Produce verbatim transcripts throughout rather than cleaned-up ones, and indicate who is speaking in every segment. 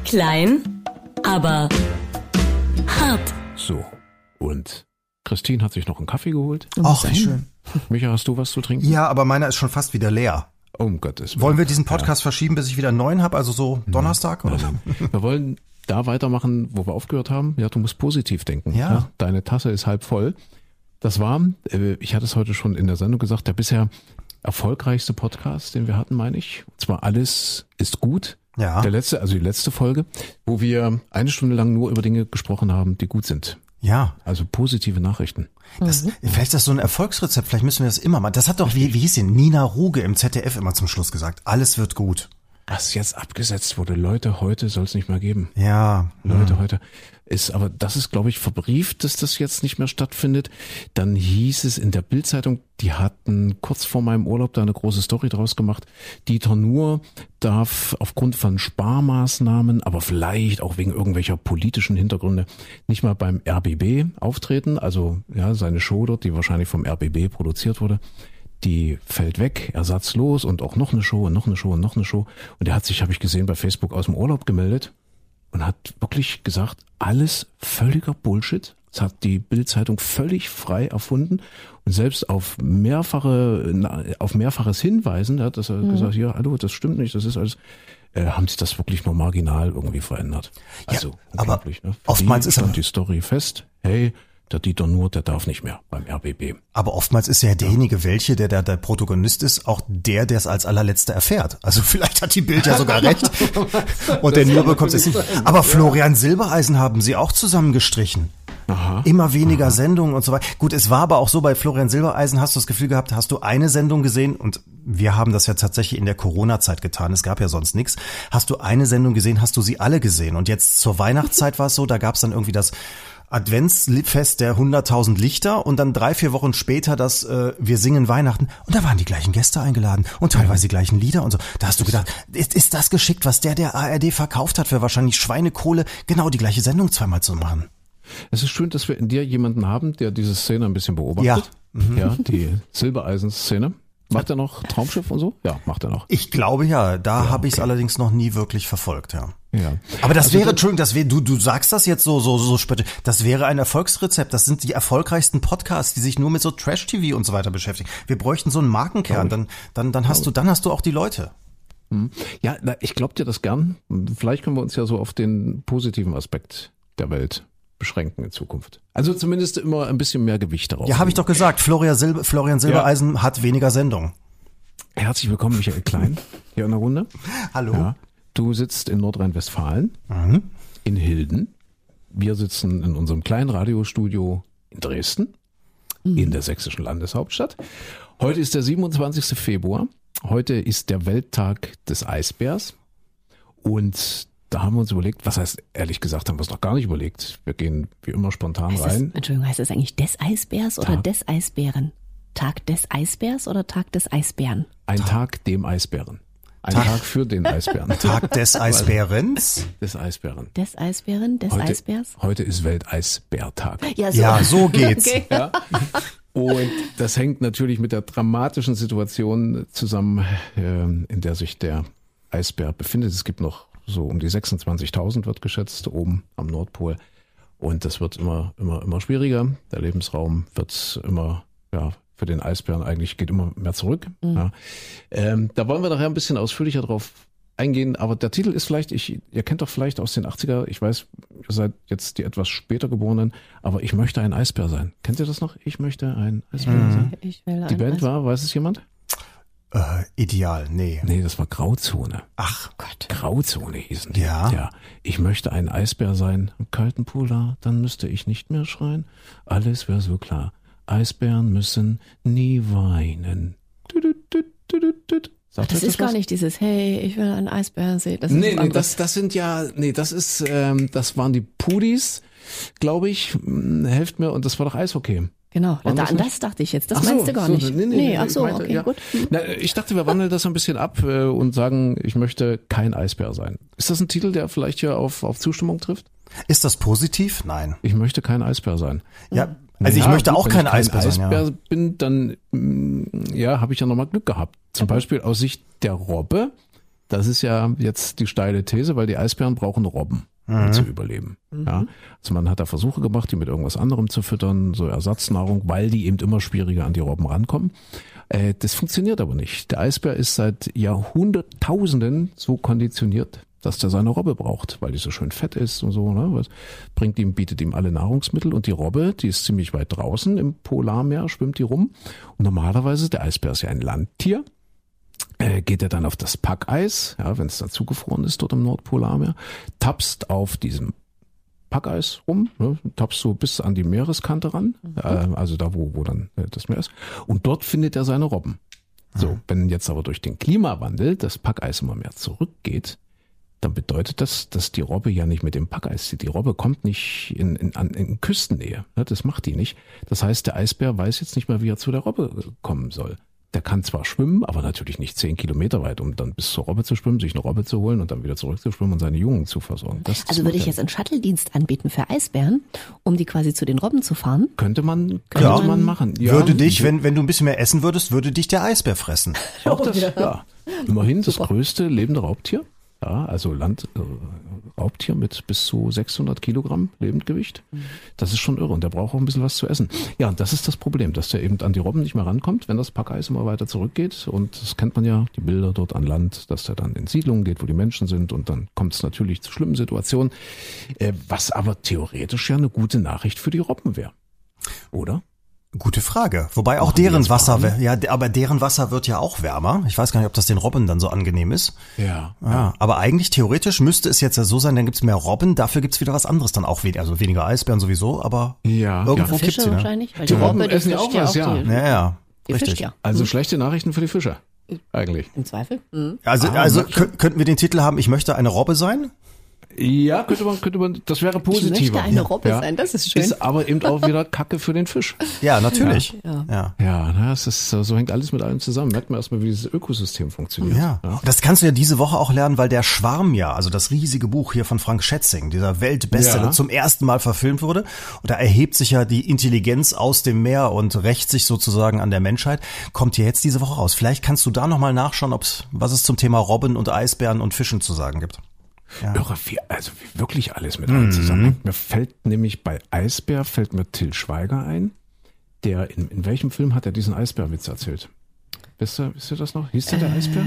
Speaker 1: Klein, aber hart.
Speaker 2: So, und Christine hat sich noch einen Kaffee geholt.
Speaker 3: Ach, wie schön.
Speaker 2: Micha, hast du was zu trinken?
Speaker 3: Ja, aber meiner ist schon fast wieder leer.
Speaker 2: Oh, um Gottes Willen.
Speaker 3: Wollen wir diesen Podcast ja. verschieben, bis ich wieder einen neuen habe, also so Donnerstag? Oder?
Speaker 2: Nein, nein. Wir wollen da weitermachen, wo wir aufgehört haben. Ja, du musst positiv denken.
Speaker 3: Ja.
Speaker 2: Ja, deine Tasse ist halb voll. Das war, ich hatte es heute schon in der Sendung gesagt, der bisher erfolgreichste Podcast, den wir hatten, meine ich. Und zwar Alles ist gut.
Speaker 3: Ja.
Speaker 2: Der letzte, also die letzte Folge, wo wir eine Stunde lang nur über Dinge gesprochen haben, die gut sind.
Speaker 3: Ja.
Speaker 2: Also positive Nachrichten.
Speaker 3: Das, mhm. Vielleicht ist das so ein Erfolgsrezept, vielleicht müssen wir das immer mal. Das hat doch, wie, wie hieß sie, Nina Ruge im Z D F immer zum Schluss gesagt. Alles wird gut.
Speaker 2: Was jetzt abgesetzt wurde, Leute, heute soll es nicht mehr geben.
Speaker 3: Ja.
Speaker 2: Leute,
Speaker 3: mhm.
Speaker 2: heute ist, aber das ist, glaube ich, verbrieft, dass das jetzt nicht mehr stattfindet. Dann hieß es in der Bild-Zeitung, die hatten kurz vor meinem Urlaub da eine große Story draus gemacht. Dieter Nuhr darf aufgrund von Sparmaßnahmen, aber vielleicht auch wegen irgendwelcher politischen Hintergründe nicht mal beim R B B auftreten. Also ja, seine Show dort, die wahrscheinlich vom R B B produziert wurde, die fällt weg, ersatzlos, und auch noch eine Show und noch eine Show und noch eine Show. Und er hat sich, habe ich gesehen, bei Facebook aus dem Urlaub gemeldet und hat wirklich gesagt, alles völliger Bullshit. Das hat die Bild-Zeitung völlig frei erfunden. Und selbst auf mehrfache, auf mehrfaches Hinweisen, er hat das mhm. gesagt, ja, hallo, das stimmt nicht, das ist alles, äh, haben sie das wirklich nur marginal irgendwie verändert. Also,
Speaker 3: ja, aber
Speaker 2: ne?
Speaker 3: oftmals ist
Speaker 2: stand
Speaker 3: aber
Speaker 2: die Story fest, hey, der Dieter Nuhr, der darf nicht mehr beim R B B.
Speaker 3: Aber oftmals ist ja derjenige, welche, der da der Protagonist ist, auch der, der es als allerletzter erfährt. Also vielleicht hat die Bild ja sogar recht. Und der Nuhr bekommt es nicht. Aber Florian Silbereisen haben sie auch zusammengestrichen.
Speaker 2: Aha.
Speaker 3: Immer weniger
Speaker 2: Aha.
Speaker 3: Sendungen und so weiter. Gut, es war aber auch so, bei Florian Silbereisen hast du das Gefühl gehabt, hast du eine Sendung gesehen, und wir haben das ja tatsächlich in der Corona-Zeit getan, es gab ja sonst nichts. Hast du eine Sendung gesehen, hast du sie alle gesehen. Und jetzt zur Weihnachtszeit war es so, da gab es dann irgendwie das Adventsfest der hunderttausend Lichter und dann drei, vier Wochen später das äh, Wir singen Weihnachten, und da waren die gleichen Gäste eingeladen und teilweise die gleichen Lieder und so. Da hast du gedacht, ist, ist das geschickt, was der der A R D verkauft hat für wahrscheinlich Schweinekohle, genau die gleiche Sendung zweimal zu machen.
Speaker 2: Es ist schön, dass wir in dir jemanden haben, der diese Szene ein bisschen beobachtet.
Speaker 3: Ja. Mhm.
Speaker 2: Ja, die Silbereisen-Szene. Macht er noch Traumschiff und so? Ja, macht er noch.
Speaker 3: Ich glaube ja, da
Speaker 2: Ja,
Speaker 3: habe ich es
Speaker 2: okay.
Speaker 3: allerdings noch nie wirklich verfolgt, ja.
Speaker 2: Ja.
Speaker 3: Aber das
Speaker 2: Also
Speaker 3: wäre,
Speaker 2: dann-
Speaker 3: Entschuldigung, das wäre, du, du sagst das jetzt so, so, so spöttisch. Das wäre ein Erfolgsrezept. Das sind die erfolgreichsten Podcasts, die sich nur mit so Trash-T V und so weiter beschäftigen. Wir bräuchten so einen Markenkern. Dann, dann, dann hast du, dann hast du auch die Leute.
Speaker 2: Ja, na, ich glaub dir das gern. Vielleicht können wir uns ja so auf den positiven Aspekt der Welt beschränken in Zukunft. Also zumindest immer ein bisschen mehr Gewicht darauf.
Speaker 3: Ja, habe ich doch gesagt. Florian, Silber, Florian Silbereisen hat weniger Sendung.
Speaker 2: Herzlich willkommen, Michael Klein, hier in der Runde.
Speaker 3: Hallo.
Speaker 2: Ja, du sitzt in Nordrhein-Westfalen,
Speaker 3: Mhm.
Speaker 2: in Hilden. Wir sitzen in unserem kleinen Radiostudio in Dresden, in der sächsischen Landeshauptstadt. Heute ist der siebenundzwanzigster Februar. Heute ist der Welttag des Eisbärs. Und da haben wir uns überlegt, was heißt, ehrlich gesagt, haben wir es noch gar nicht überlegt. Wir gehen wie immer spontan
Speaker 1: Heißt
Speaker 2: rein.
Speaker 1: das, Entschuldigung, heißt das eigentlich des Eisbärs oder
Speaker 2: Tag.
Speaker 1: des Eisbären? Tag des Eisbärs oder Tag des Eisbären?
Speaker 2: Ein Tag dem Eisbären. Ein Tag, für den Eisbären.
Speaker 3: Tag des Eisbärens.
Speaker 2: des Eisbären.
Speaker 1: Des Eisbären, des
Speaker 2: Heute,
Speaker 1: Eisbärs?
Speaker 2: heute ist Welteisbärtag.
Speaker 1: Ja, so,
Speaker 3: Ja, so geht's.
Speaker 1: Okay.
Speaker 2: Ja. Und das hängt natürlich mit der dramatischen Situation zusammen, äh, in der sich der Eisbär befindet. Es gibt noch so um die sechsundzwanzigtausend, wird geschätzt, oben am Nordpol. Und das wird immer, immer, immer schwieriger. Der Lebensraum wird immer, ja, für den Eisbären eigentlich geht immer mehr zurück.
Speaker 1: Mhm.
Speaker 2: Ja. Ähm, da wollen wir nachher ein bisschen ausführlicher drauf eingehen. Aber der Titel ist vielleicht, ich, ihr kennt doch vielleicht aus den achtziger, ich weiß, ihr seid jetzt die etwas später Geborenen, aber ich möchte ein Eisbär sein. Kennt ihr das noch? Ich möchte ein Eisbär
Speaker 3: Mhm.
Speaker 2: sein.
Speaker 1: Ich will
Speaker 2: Die
Speaker 1: ein
Speaker 2: Band
Speaker 1: Eis-
Speaker 2: war, weiß es jemand?
Speaker 3: Äh, ideal, nee.
Speaker 2: Nee, das war Grauzone.
Speaker 3: Ach,
Speaker 1: Gott.
Speaker 2: Grauzone hießen die.
Speaker 3: Ja.
Speaker 2: Ja. Ich möchte ein Eisbär sein im kalten Pool, da, dann müsste ich nicht mehr schreien. Alles wäre so klar. Eisbären müssen nie weinen. Sagt
Speaker 1: Ach, das
Speaker 2: euch
Speaker 1: ist gar
Speaker 2: was?
Speaker 1: nicht dieses, hey, ich will einen Eisbären sehen. Das ist
Speaker 2: Nee,
Speaker 1: was
Speaker 2: nee,
Speaker 1: anderes.
Speaker 2: das, das sind ja, nee, das ist, ähm, das waren die Pudis, glaube ich. Hm, helft mir, und das war doch Eishockey.
Speaker 1: Genau,
Speaker 2: Waren
Speaker 1: da,
Speaker 2: das
Speaker 1: an
Speaker 2: nicht?
Speaker 1: das dachte ich jetzt. Das
Speaker 2: Ach so,
Speaker 1: meinst du gar
Speaker 2: so,
Speaker 1: nicht.
Speaker 2: Nee, nee, nee,
Speaker 1: ach
Speaker 2: ich
Speaker 1: so,
Speaker 2: meinte,
Speaker 1: okay,
Speaker 2: ja.
Speaker 1: gut.
Speaker 2: Na, ich dachte, wir wandeln das ein bisschen ab äh, und sagen, ich möchte kein Eisbär sein. Ist das ein Titel, der vielleicht hier auf, auf Zustimmung trifft?
Speaker 3: ist das positiv? Nein.
Speaker 2: Ich möchte kein Eisbär sein.
Speaker 3: Ja, also ich
Speaker 2: Ja,
Speaker 3: möchte
Speaker 2: gut,
Speaker 3: auch
Speaker 2: wenn
Speaker 3: kein
Speaker 2: ich
Speaker 3: Eisbär sein.
Speaker 2: Eisbär
Speaker 3: Ja.
Speaker 2: bin, dann mm, ja, habe ich ja nochmal Glück gehabt. Zum Beispiel aus Sicht der Robbe das ist ja jetzt die steile These, weil die Eisbären brauchen Robben, um mhm. zu überleben. Mhm. Ja, also man hat da Versuche gemacht, die mit irgendwas anderem zu füttern, so Ersatznahrung, weil die eben immer schwieriger an die Robben rankommen. Äh, das funktioniert aber nicht. Der Eisbär ist seit Jahrhunderttausenden so konditioniert, dass der seine Robbe braucht, weil die so schön fett ist und so. Ne? Was bringt ihm, bietet ihm alle Nahrungsmittel. Und die Robbe, die ist ziemlich weit draußen im Polarmeer, schwimmt die rum. Und normalerweise, der Eisbär ist ja ein Landtier, äh, geht er dann auf das Packeis, ja, wenn es dann zugefroren ist dort im Nordpolarmeer, tapst auf diesem Packeis rum, ne, tappst so bis an die Meereskante ran, mhm. äh, also da, wo, wo dann äh, das Meer ist. Und dort findet er seine Robben. Mhm. So, wenn jetzt aber durch den Klimawandel das Packeis immer mehr zurückgeht, dann bedeutet das, dass die Robbe ja nicht mit dem Packeis zieht. Die Robbe kommt nicht in, in, in, in Küstennähe. Ne, das macht die nicht. Das heißt, der Eisbär weiß jetzt nicht mehr, wie er zu der Robbe kommen soll. Der kann zwar schwimmen, aber natürlich nicht zehn Kilometer weit, um dann bis zur Robbe zu schwimmen, sich eine Robbe zu holen und dann wieder zurückzuschwimmen und seine Jungen zu versorgen. Das
Speaker 1: also würde ich jetzt einen Shuttle-Dienst anbieten für Eisbären, um die quasi zu den Robben zu fahren?
Speaker 2: Könnte man, könnte
Speaker 3: ja.
Speaker 2: man machen. Ja.
Speaker 3: Würde dich, wenn, wenn du ein bisschen mehr essen würdest, würde dich der Eisbär fressen.
Speaker 2: Auch das, ja. Immerhin das größte lebende Raubtier. Ja, also Land, äh, Raubtier mit bis zu sechshundert Kilogramm Lebendgewicht. Das ist schon irre und der braucht auch ein bisschen was zu essen. Ja, und das ist das Problem, dass der eben an die Robben nicht mehr rankommt, wenn das Packeis immer weiter zurückgeht. Und das kennt man ja, die Bilder dort an Land, dass der dann in Siedlungen geht, wo die Menschen sind und dann kommt es natürlich zu schlimmen Situationen, äh, was aber theoretisch ja eine gute Nachricht für die Robben wäre. Oder?
Speaker 3: Gute Frage. Wobei auch deren Wasser, ja, aber deren Wasser wird ja auch wärmer. Ich weiß gar nicht, ob das den Robben dann so angenehm ist.
Speaker 2: Ja.
Speaker 3: ja. Aber eigentlich theoretisch müsste es jetzt ja so sein, dann gibt's mehr Robben, dafür gibt's wieder was anderes dann auch weniger, also weniger Eisbären sowieso, aber
Speaker 2: ja,
Speaker 3: irgendwo
Speaker 2: ja.
Speaker 3: gibt's sie. Ne?
Speaker 1: Wahrscheinlich, weil
Speaker 2: die,
Speaker 1: die
Speaker 2: Robben
Speaker 1: Robbe,
Speaker 2: essen ja auch was, ja.
Speaker 3: Die, ja, ja.
Speaker 1: Die
Speaker 3: Richtig.
Speaker 1: Ja.
Speaker 2: Also
Speaker 1: hm.
Speaker 2: schlechte Nachrichten für die Fischer. Eigentlich.
Speaker 1: Im Zweifel. Hm.
Speaker 3: Also,
Speaker 2: ah,
Speaker 3: also könnten wir den Titel haben, ich möchte eine Robbe sein?
Speaker 2: Ja, könnte man, könnte man, das wäre positiver.
Speaker 1: Ich möchte eine Robbe ja. sein, das ist schön.
Speaker 2: Ist aber eben auch wieder Kacke für den Fisch.
Speaker 3: Ja, natürlich.
Speaker 1: Ja,
Speaker 3: ja.
Speaker 2: ja na, es ist, so hängt alles mit allem zusammen. Merkt man erstmal, wie dieses Ökosystem funktioniert.
Speaker 3: Ja. ja. Das kannst du ja diese Woche auch lernen, weil der Schwarm ja, also das riesige Buch hier von Frank Schätzing, dieser Weltbestseller, ja. zum ersten Mal verfilmt wurde. Und da erhebt sich ja die Intelligenz aus dem Meer und rächt sich sozusagen an der Menschheit. Kommt hier jetzt diese Woche raus. Vielleicht kannst du da nochmal nachschauen, ob's, was es zum Thema Robben und Eisbären und Fischen zu sagen gibt.
Speaker 2: Ja. Irre, wie, also wie wirklich alles mit allem zusammen. Mir fällt nämlich bei Eisbär, fällt mir Til Schweiger ein, der, in, in welchem Film hat er diesen Eisbärwitz erzählt? Wisst ihr, wisst ihr das noch? Hieß der der Eisbär?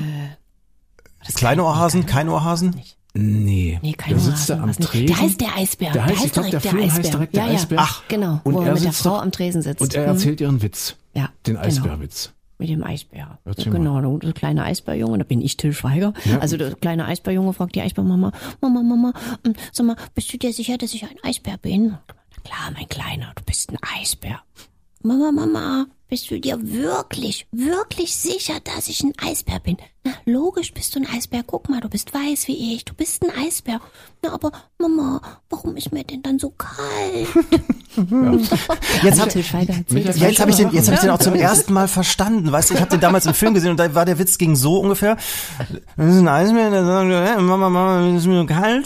Speaker 3: Äh, Kleine Ohrhasen, kein Ohrhasen?
Speaker 2: Nee,
Speaker 1: nee kein
Speaker 2: da sitzt er am Tresen.
Speaker 1: Der heißt der Eisbär.
Speaker 2: Der heißt,
Speaker 1: der heißt
Speaker 2: ich glaube, der Film
Speaker 1: Eisbär.
Speaker 2: heißt direkt der
Speaker 1: ja, ja.
Speaker 2: Eisbär.
Speaker 1: Ach, genau,
Speaker 2: und
Speaker 1: wo
Speaker 2: er
Speaker 1: er mit der
Speaker 2: sitzt
Speaker 1: Frau
Speaker 2: doch,
Speaker 1: am Tresen sitzt.
Speaker 2: Und er erzählt ihren Witz,
Speaker 1: ja,
Speaker 2: den
Speaker 1: genau.
Speaker 2: Eisbärwitz.
Speaker 1: Mit dem Eisbär.
Speaker 2: Erzähl
Speaker 1: genau,
Speaker 2: mal.
Speaker 1: der kleine Eisbärjunge, da bin ich Til Schweiger.
Speaker 2: Ja.
Speaker 1: Also der kleine Eisbärjunge fragt die Eisbärmama, Mama, Mama, sag mal, bist du dir sicher, dass ich ein Eisbär bin? Na klar, mein Kleiner, du bist ein Eisbär. Mama, Mama, bist du dir wirklich, wirklich sicher, dass ich ein Eisbär bin? Na, logisch bist du ein Eisbär. Guck mal, du bist weiß wie ich. Du bist ein Eisbär. Na, aber Mama, warum ist mir denn dann so kalt?
Speaker 3: Ja. Jetzt habe ja, jetzt hab ich den, jetzt hab ich den auch zum ersten Mal verstanden. Weißt du, ich habe den damals im Film gesehen und da war der Witz ging so ungefähr. Das ist ein Eisbär, der sagt, Mama, Mama, ist mir so kalt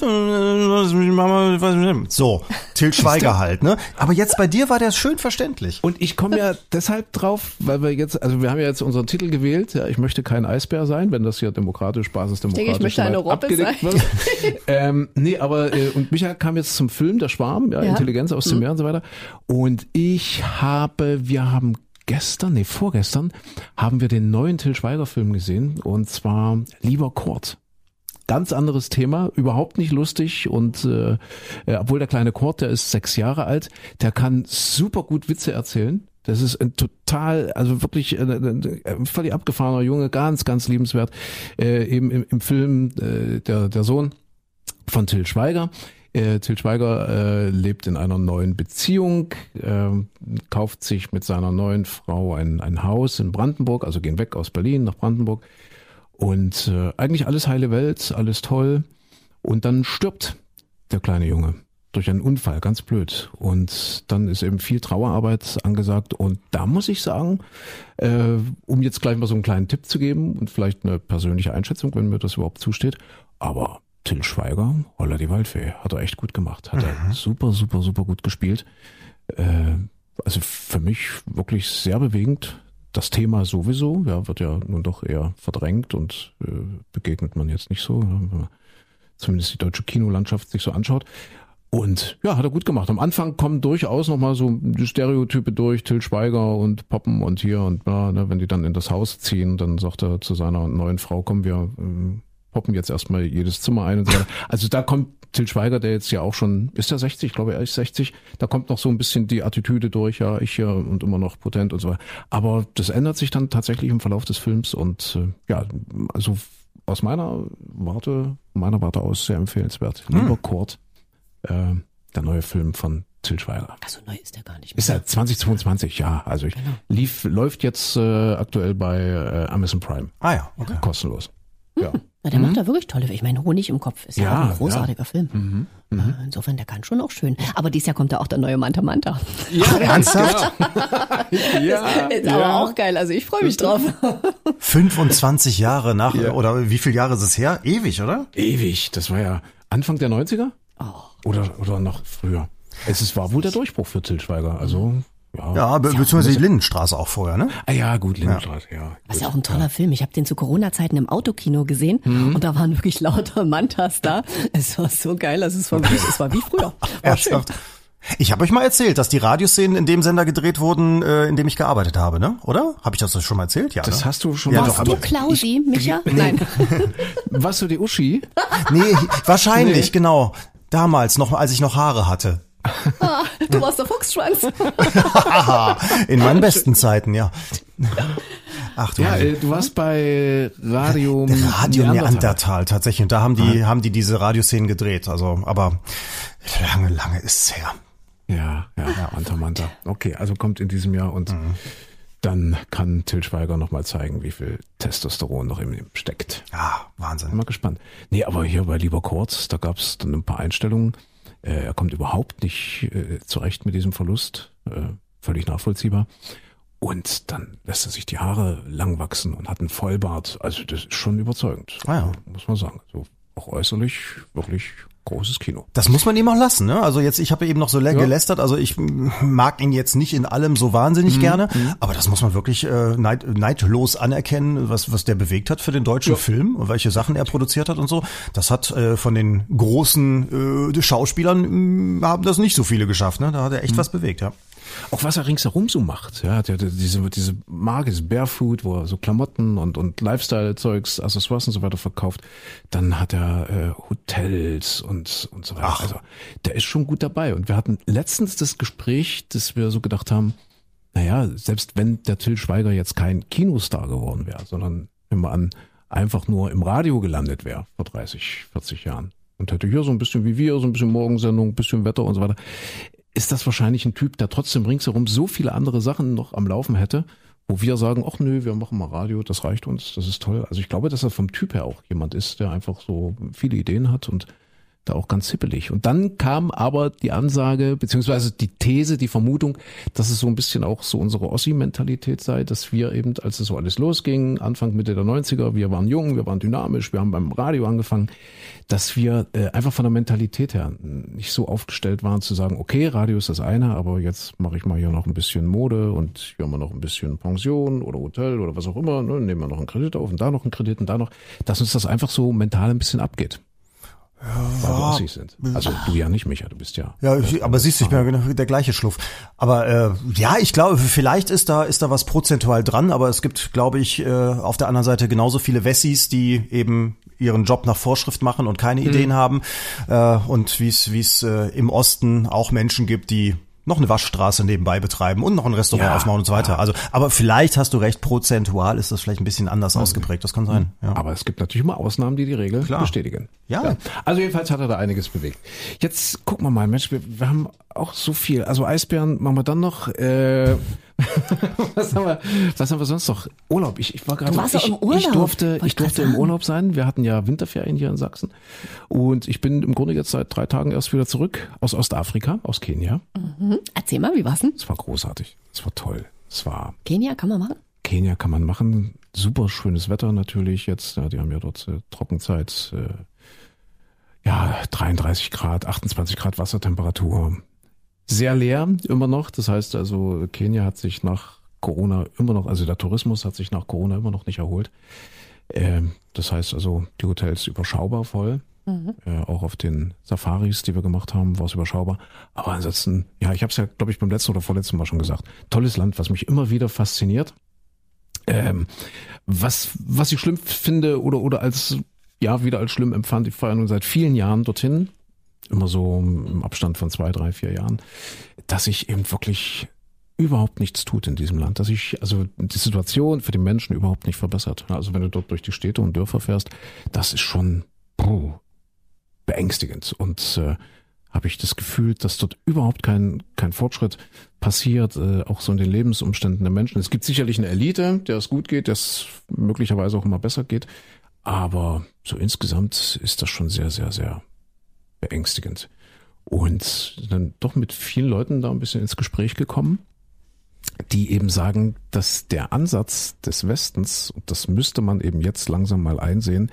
Speaker 3: und Mama, was so, Til Schweiger halt, ne? Aber jetzt bei dir war der schön verständlich.
Speaker 2: Und ich komme ja deshalb drauf, weil wir jetzt, also wir haben ja jetzt unseren Titel gewählt, ja, ich möchte kein Eisbär sein, wenn das hier demokratisch, basisdemokratisch
Speaker 1: ich möchte eine Robbe
Speaker 2: abgedeckt
Speaker 1: sein.
Speaker 2: wird. ähm, nee, aber, äh, und Micha kam jetzt zum Film, der Schwarm, ja, ja. Intelligenz aus dem mhm. Meer und so weiter. Und ich habe, wir haben gestern, nee, vorgestern, haben wir den neuen Til Schweiger Film gesehen, und zwar Lieber Kurt. Ganz anderes Thema, überhaupt nicht lustig, und äh, obwohl der kleine Kurt, der ist sechs Jahre alt, der kann super gut Witze erzählen. Das ist ein total, also wirklich ein, ein, ein völlig abgefahrener Junge, ganz, ganz liebenswert. Äh, eben im, im Film äh, der, der Sohn von Til Schweiger. Äh, Til Schweiger äh, lebt in einer neuen Beziehung, äh, kauft sich mit seiner neuen Frau ein, ein Haus in Brandenburg, also gehen weg aus Berlin nach Brandenburg. Und äh, eigentlich alles heile Welt, alles toll. Und dann stirbt der kleine Junge durch einen Unfall, ganz blöd. Und dann ist eben viel Trauerarbeit angesagt. Und da muss ich sagen, äh, um jetzt gleich mal so einen kleinen Tipp zu geben und vielleicht eine persönliche Einschätzung, wenn mir das überhaupt zusteht, aber Til Schweiger, Holla die Waldfee, hat er echt gut gemacht. Hat er mhm. super, super, super gut gespielt. Äh, also für mich wirklich sehr bewegend. das Thema sowieso, ja, wird ja nun doch eher verdrängt und äh, begegnet man jetzt nicht so, wenn man zumindest die deutsche Kinolandschaft sich so anschaut. Und ja, hat er gut gemacht. Am Anfang kommen durchaus nochmal so die Stereotype durch, Til Schweiger und Poppen und hier und da, ne, wenn die dann in das Haus ziehen, dann sagt er zu seiner neuen Frau, komm, wir äh, poppen jetzt erstmal jedes Zimmer ein und so weiter. Also da kommt Til Schweiger, der jetzt ja auch schon, ist er sechzig? Ich glaube, er ist sechzig. Da kommt noch so ein bisschen die Attitüde durch, ja, ich hier und immer noch potent und so weiter. Aber das ändert sich dann tatsächlich im Verlauf des Films und äh, ja, also aus meiner Warte, meiner Warte aus sehr empfehlenswert. Lieber hm. Kurt, äh, der neue Film von Til Schweiger.
Speaker 1: Achso, neu ist der gar nicht mehr.
Speaker 2: Ist er zweitausendzweiundzwanzig, ja. Also ich, genau. lief, läuft jetzt äh, aktuell bei äh, Amazon Prime.
Speaker 3: Ah ja, okay.
Speaker 2: Kostenlos.
Speaker 1: Hm.
Speaker 2: Ja.
Speaker 1: Na, der
Speaker 2: mhm.
Speaker 1: macht da wirklich tolle Filme. Ich meine, Honig im Kopf ist ja,
Speaker 2: ja
Speaker 1: auch ein großartiger
Speaker 2: ja.
Speaker 1: Film.
Speaker 2: Mhm. Mhm.
Speaker 1: Insofern, der kann schon auch schön. Aber dieses Jahr kommt da auch der neue Manta Manta.
Speaker 3: Ja, ernsthaft?
Speaker 1: ja, ist ja. aber auch geil. Also ich freue mich drauf.
Speaker 3: fünfundzwanzig Jahre nach,
Speaker 2: ja.
Speaker 3: oder wie viele Jahre ist es her? Ewig, oder?
Speaker 2: Ewig. Das war ja Anfang der neunziger?
Speaker 1: Oh.
Speaker 2: Oder, oder noch früher. Es ist, war wohl der Durchbruch für Til Schweiger. Also, ja.
Speaker 3: Ja, be- beziehungsweise die Lindenstraße auch vorher, ne?
Speaker 2: Ah ja, gut, Lindenstraße, ja. ja.
Speaker 1: Das ist ja auch ein toller ja. Film. Ich habe den zu Corona-Zeiten im Autokino gesehen mhm. und da waren wirklich lauter Mantas da. Es war so geil, also es war, okay. wie, es war wie früher. War
Speaker 3: Ernsthaft? Schön. Ich habe euch mal erzählt, dass die Radioszenen in dem Sender gedreht wurden, äh, in dem ich gearbeitet habe, ne? Oder? Habe ich das schon mal erzählt? Ja.
Speaker 2: Das
Speaker 3: ne?
Speaker 2: hast du schon
Speaker 3: ja,
Speaker 2: mal.
Speaker 1: Warst du Klausi, Micha?
Speaker 2: Nee.
Speaker 1: Nein.
Speaker 2: Warst du die Uschi?
Speaker 3: Nee, wahrscheinlich,
Speaker 2: nee.
Speaker 3: genau. Damals, noch, als ich noch Haare hatte.
Speaker 1: Ah, du warst der Fuchsschwanz.
Speaker 3: In meinen besten Zeiten, ja. Ach du
Speaker 2: Ja, äh, du warst bei Radio,
Speaker 3: Radio Neandertal. Neandertal tatsächlich. Und da haben die, ah. haben die diese Radioszenen gedreht. Also, aber lange, lange ist's her.
Speaker 2: Ja, ja, ja. Manta Manta. Okay, also kommt in diesem Jahr und mhm. dann kann Til Schweiger nochmal zeigen, wie viel Testosteron noch in ihm steckt.
Speaker 3: Ja, Wahnsinn.
Speaker 2: Bin mal gespannt. Nee, aber hier bei Lieber Kurz, da gab's dann ein paar Einstellungen. Äh, er kommt überhaupt nicht äh, zurecht mit diesem Verlust. Äh, völlig nachvollziehbar. Und dann lässt er sich die Haare lang wachsen und hat einen Vollbart. Also das ist schon überzeugend.
Speaker 3: Ah ja.
Speaker 2: Muss man sagen. So auch äußerlich wirklich großes Kino.
Speaker 3: Das muss man ihm auch lassen, ne? Also jetzt, ich habe eben noch so ja. gelästert, also ich mag ihn jetzt nicht in allem so wahnsinnig mhm. gerne, mhm. aber das muss man wirklich äh, neid, neidlos anerkennen, was was der bewegt hat für den deutschen ja. Film und welche Sachen er produziert hat und so. Das hat äh, von den großen äh, Schauspielern äh, haben das nicht so viele geschafft, ne? Da hat er echt mhm. was bewegt, ja.
Speaker 2: Auch was er ringsherum so macht. Ja, hat ja diese, diese Marke, das Barefoot, wo er so Klamotten und, und Lifestyle-Zeugs, Accessoires und so weiter verkauft. Dann hat er äh, Hotels und, und so weiter. Ach. Also, der ist schon gut dabei. Und wir hatten letztens das Gespräch, dass wir so gedacht haben, naja, selbst wenn der Til Schweiger jetzt kein Kinostar geworden wäre, sondern wenn man an einfach nur im Radio gelandet wäre vor dreißig, vierzig Jahren und hätte hier so ein bisschen wie wir, so ein bisschen Morgensendung, ein bisschen Wetter und so weiter, ist das wahrscheinlich ein Typ, der trotzdem ringsherum so viele andere Sachen noch am Laufen hätte, wo wir sagen, ach nö, wir machen mal Radio, das reicht uns, das ist toll. Also ich glaube, dass er vom Typ her auch jemand ist, der einfach so viele Ideen hat und da auch ganz hippelig. Und dann kam aber die Ansage, beziehungsweise die These, die Vermutung, dass es so ein bisschen auch so unsere Ossi-Mentalität sei, dass wir eben, als es so alles losging, Anfang, Mitte der neunziger, wir waren jung, wir waren dynamisch, wir haben beim Radio angefangen, dass wir äh, einfach von der Mentalität her nicht so aufgestellt waren zu sagen, okay, Radio ist das eine, aber jetzt mache ich mal hier noch ein bisschen Mode und hier mal noch ein bisschen Pension oder Hotel oder was auch immer, ne, nehmen wir noch einen Kredit auf und da noch einen Kredit und da noch, dass uns das einfach so mental ein bisschen abgeht. Weil wir Ossis sind. Also du ja nicht, Micha, du bist ja.
Speaker 3: Ja, ich, aber siehst du, ich bin ja genau der gleiche Schluff. Aber äh, ja, ich glaube, vielleicht ist da ist da was prozentual dran, aber es gibt, glaube ich, äh, auf der anderen Seite genauso viele Wessis, die eben ihren Job nach Vorschrift machen und keine mhm. Ideen haben. Äh, und wie es wie es äh, im Osten auch Menschen gibt, die noch eine Waschstraße nebenbei betreiben und noch ein Restaurant ja, aufmachen und so weiter. Ja. Also, aber vielleicht hast du recht, prozentual ist das vielleicht ein bisschen anders mhm. ausgeprägt. Das kann sein. Ja.
Speaker 2: Aber es gibt natürlich immer Ausnahmen, die die Regel Klar. bestätigen.
Speaker 3: Ja.
Speaker 2: ja. Also jedenfalls hat er da einiges bewegt. Jetzt gucken wir mal, Mensch, wir, wir haben auch so viel. Also Eisbären machen wir dann noch. Äh, was haben wir? Was haben wir sonst noch? Urlaub. Ich, ich war gerade.
Speaker 1: Du warst
Speaker 2: ich,
Speaker 1: im Urlaub.
Speaker 2: Ich durfte,
Speaker 1: Wollt
Speaker 2: ich durfte im Urlaub sein. Wir hatten ja Winterferien hier in Sachsen und ich bin im Grunde jetzt seit drei Tagen erst wieder zurück aus Ostafrika, aus Kenia.
Speaker 1: Mhm. Erzähl mal, wie war's denn?
Speaker 2: Es war großartig. Es war toll. Es war.
Speaker 1: Kenia kann man machen?
Speaker 2: Kenia kann man machen. Super schönes Wetter natürlich jetzt. Ja, die haben ja dort äh, Trockenzeit. Äh, ja, dreiunddreißig Grad, achtundzwanzig Grad Wassertemperatur. Sehr leer immer noch. Das heißt also, Kenia hat sich nach Corona immer noch, also der Tourismus hat sich nach Corona immer noch nicht erholt. Ähm, das heißt also, die Hotels überschaubar voll. Mhm. Äh, auch auf den Safaris, die wir gemacht haben, war es überschaubar. Aber ansonsten, ja, ich habe es ja, glaube ich, beim letzten oder vorletzten Mal schon gesagt. Tolles Land, was mich immer wieder fasziniert. Ähm, was was ich schlimm finde oder oder als ja wieder als schlimm empfand, ich fahre ja nun seit vielen Jahren dorthin, immer so im Abstand von zwei, drei, vier Jahren, dass sich eben wirklich überhaupt nichts tut in diesem Land, dass sich also die Situation für die Menschen überhaupt nicht verbessert. Also wenn du dort durch die Städte und Dörfer fährst, das ist schon puh, beängstigend und äh, habe ich das Gefühl, dass dort überhaupt kein kein Fortschritt passiert, äh, auch so in den Lebensumständen der Menschen. Es gibt sicherlich eine Elite, der es gut geht, der es möglicherweise auch immer besser geht, aber so insgesamt ist das schon sehr, sehr, sehr beängstigend. Und dann doch mit vielen Leuten da ein bisschen ins Gespräch gekommen, die eben sagen, dass der Ansatz des Westens, und das müsste man eben jetzt langsam mal einsehen,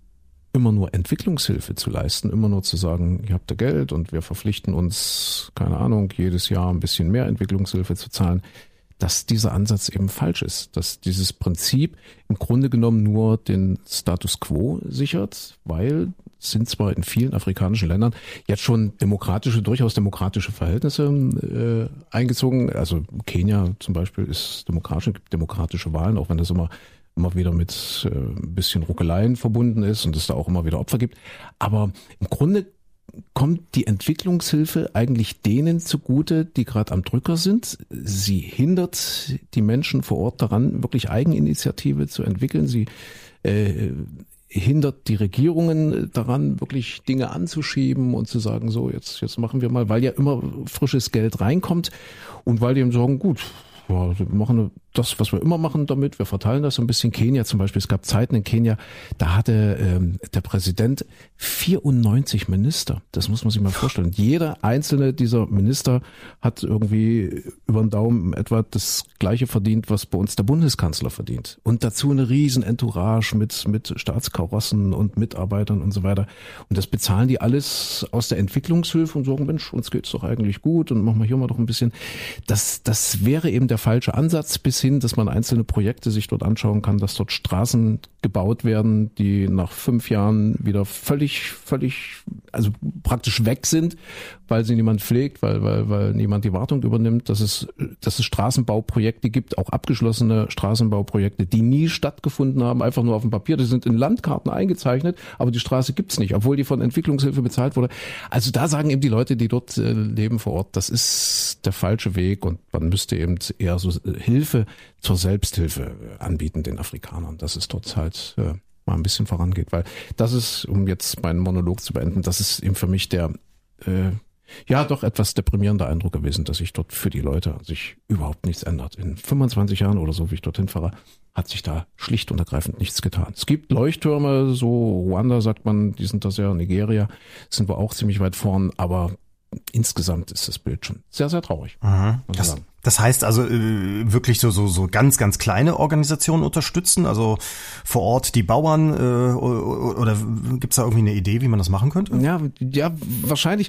Speaker 2: immer nur Entwicklungshilfe zu leisten, immer nur zu sagen, ihr habt da Geld und wir verpflichten uns, keine Ahnung, jedes Jahr ein bisschen mehr Entwicklungshilfe zu zahlen, dass dieser Ansatz eben falsch ist, dass dieses Prinzip im Grunde genommen nur den Status quo sichert, weil es sind zwar in vielen afrikanischen Ländern jetzt schon demokratische, durchaus demokratische Verhältnisse äh, eingezogen, also Kenia zum Beispiel ist demokratisch, gibt demokratische Wahlen, auch wenn das immer immer wieder mit äh, ein bisschen Ruckeleien verbunden ist und es da auch immer wieder Opfer gibt. Aber im Grunde kommt die Entwicklungshilfe eigentlich denen zugute, die gerade am Drücker sind. Sie hindert die Menschen vor Ort daran, wirklich Eigeninitiative zu entwickeln. Sie äh, hindert die Regierungen daran, wirklich Dinge anzuschieben und zu sagen, so, jetzt, jetzt machen wir mal, weil ja immer frisches Geld reinkommt und weil die eben sagen, gut, ja, wir machen das, was wir immer machen damit, wir verteilen das so ein bisschen. Kenia zum Beispiel, es gab Zeiten in Kenia, da hatte ähm, der Präsident vierundneunzig Minister. Das muss man sich mal vorstellen. Jeder einzelne dieser Minister hat irgendwie über den Daumen etwa das Gleiche verdient, was bei uns der Bundeskanzler verdient. Und dazu eine riesen Entourage mit, mit Staatskarossen und Mitarbeitern und so weiter. Und das bezahlen die alles aus der Entwicklungshilfe und sagen, Mensch, uns geht's doch eigentlich gut und machen wir hier mal doch ein bisschen. Das, das wäre eben der falsche Ansatz, bis hin, dass man einzelne Projekte sich dort anschauen kann, dass dort Straßen gebaut werden, die nach fünf Jahren wieder völlig, völlig, also praktisch weg sind, weil sie niemand pflegt, weil, weil, weil niemand die Wartung übernimmt, dass es, dass es Straßenbauprojekte gibt, auch abgeschlossene Straßenbauprojekte, die nie stattgefunden haben, einfach nur auf dem Papier, die sind in Landkarten eingezeichnet, aber die Straße gibt's nicht, obwohl die von Entwicklungshilfe bezahlt wurde. Also da sagen eben die Leute, die dort äh, leben vor Ort, das ist der falsche Weg und man müsste eben eher so Hilfe zur Selbsthilfe anbieten den Afrikanern, dass es dort halt äh, mal ein bisschen vorangeht, weil das ist, um jetzt meinen Monolog zu beenden, das ist eben für mich der äh, ja doch etwas deprimierender Eindruck gewesen, dass sich dort für die Leute sich überhaupt nichts ändert. In fünfundzwanzig Jahren oder so, wie ich dorthin fahre, hat sich da schlicht und ergreifend nichts getan. Es gibt Leuchttürme, so Ruanda sagt man, die sind da sehr, Nigeria sind wir auch ziemlich weit vorn, aber insgesamt ist das Bild schon sehr, sehr traurig.
Speaker 3: Mhm. Das, das heißt also äh, wirklich so so so ganz ganz kleine Organisationen unterstützen, also vor Ort die Bauern äh, oder, oder gibt's da irgendwie eine Idee, wie man das machen könnte?
Speaker 2: Ja, ja, wahrscheinlich.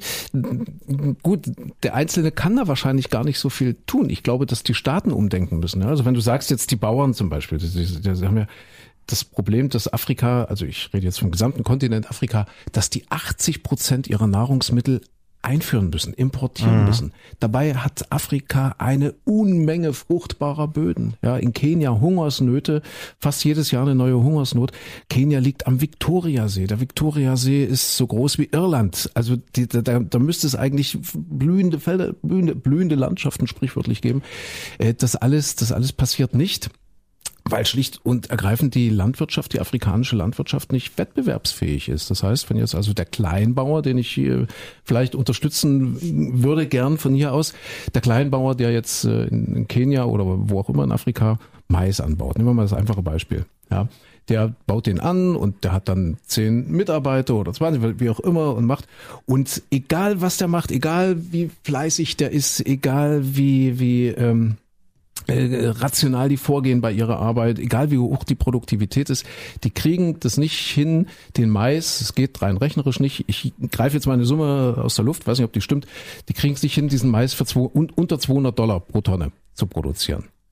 Speaker 2: Gut, der Einzelne kann da wahrscheinlich gar nicht so viel tun. Ich glaube, dass die Staaten umdenken müssen. Also wenn du sagst jetzt die Bauern zum Beispiel, die, die, die haben ja das Problem, dass Afrika, also ich rede jetzt vom gesamten Kontinent Afrika, dass die achtzig Prozent ihrer Nahrungsmittel einführen müssen, importieren mhm. müssen. Dabei hat Afrika eine Unmenge fruchtbarer Böden. Ja, in Kenia Hungersnöte, fast jedes Jahr eine neue Hungersnot. Kenia liegt am Viktoriasee. Der Viktoriasee ist so groß wie Irland. Also die, da, da müsste es eigentlich blühende Felder, blühende, blühende Landschaften sprichwörtlich geben. Das alles, das alles passiert nicht. Weil schlicht und ergreifend die Landwirtschaft, die afrikanische Landwirtschaft nicht wettbewerbsfähig ist. Das heißt, wenn jetzt also der Kleinbauer, den ich hier vielleicht unterstützen würde, gern von hier aus, der Kleinbauer, der jetzt in Kenia oder wo auch immer in Afrika Mais anbaut. Nehmen wir mal das einfache Beispiel. Ja, der baut den an und der hat dann zehn Mitarbeiter oder zwanzig, wie auch immer und macht. Und egal was der macht, egal wie fleißig der ist, egal wie, wie, ähm, Äh, rational die vorgehen bei ihrer Arbeit, egal wie hoch die Produktivität ist, die kriegen das nicht hin, den Mais, es geht rein rechnerisch nicht, ich greife jetzt mal eine Summe aus der Luft, weiß nicht, ob die stimmt, die kriegen es nicht hin, diesen Mais für zwei, un, unter zweihundert Dollar pro Tonne zu produzieren.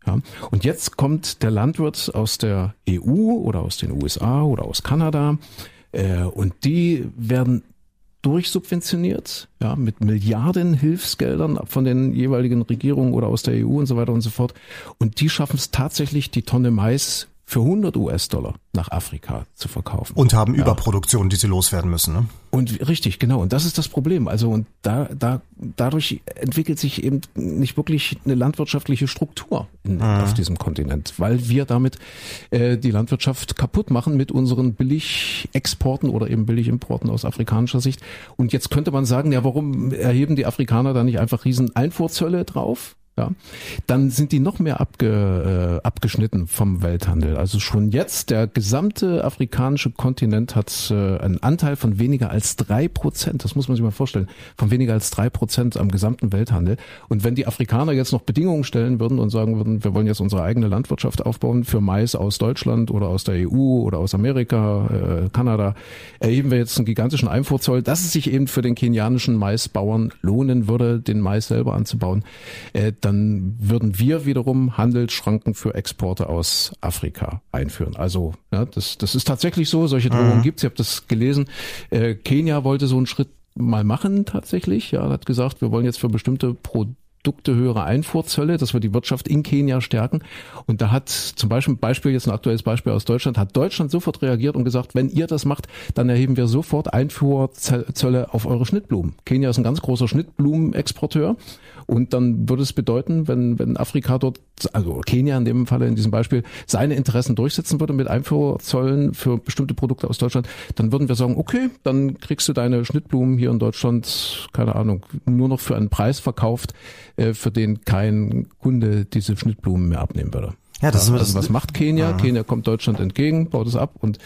Speaker 2: Ja, und jetzt kommt der Landwirt aus der E U oder aus den U S A oder aus Kanada äh, und die werden durchsubventioniert, ja, mit Milliarden Hilfsgeldern von den jeweiligen Regierungen oder aus der E U und so weiter und so fort. Und die schaffen es tatsächlich, die Tonne Mais für hundert US-Dollar nach Afrika zu verkaufen.
Speaker 3: Und haben
Speaker 2: ja.
Speaker 3: Überproduktion, die sie loswerden müssen, ne?
Speaker 2: Und richtig, genau. Und das ist das Problem. Also, und da, da, dadurch entwickelt sich eben nicht wirklich eine landwirtschaftliche Struktur in, mhm. auf diesem Kontinent, weil wir damit äh, die Landwirtschaft kaputt machen mit unseren Billigexporten oder eben Billigimporten aus afrikanischer Sicht. Und jetzt könnte man sagen, ja, warum erheben die Afrikaner da nicht einfach riesen Einfuhrzölle drauf? Ja, dann sind die noch mehr abge, äh, abgeschnitten vom Welthandel. Also schon jetzt, der gesamte afrikanische Kontinent hat äh, einen Anteil von weniger als drei Prozent. Das muss man sich mal vorstellen. Von weniger als drei Prozent am gesamten Welthandel. Und wenn die Afrikaner jetzt noch Bedingungen stellen würden und sagen würden, wir wollen jetzt unsere eigene Landwirtschaft aufbauen für Mais aus Deutschland oder aus der E U oder aus Amerika, äh, Kanada, erheben wir jetzt einen gigantischen Einfuhrzoll, dass es sich eben für den kenianischen Maisbauern lohnen würde, den Mais selber anzubauen. Äh, dann würden wir wiederum Handelsschranken für Exporte aus Afrika einführen. Also ja, das, das ist tatsächlich so, solche Drohungen mhm. gibt's. Ich habe das gelesen. Äh, Kenia wollte so einen Schritt mal machen tatsächlich. Ja, hat gesagt, wir wollen jetzt für bestimmte Produkte höhere Einfuhrzölle, dass wir die Wirtschaft in Kenia stärken. Und da hat zum Beispiel, Beispiel jetzt ein aktuelles Beispiel aus Deutschland, hat Deutschland sofort reagiert und gesagt, wenn ihr das macht, dann erheben wir sofort Einfuhrzölle auf eure Schnittblumen. Kenia ist ein ganz großer Schnittblumenexporteur. Und dann würde es bedeuten, wenn, wenn Afrika dort, also Kenia in dem Falle, in diesem Beispiel, seine Interessen durchsetzen würde mit Einfuhrzöllen für bestimmte Produkte aus Deutschland, dann würden wir sagen, okay, dann kriegst du deine Schnittblumen hier in Deutschland, keine Ahnung, nur noch für einen Preis verkauft, äh, für den kein Kunde diese Schnittblumen mehr abnehmen würde.
Speaker 3: Ja, das
Speaker 2: ja,
Speaker 3: ist
Speaker 2: also was macht Kenia? Mhm. Kenia kommt Deutschland entgegen, baut es ab und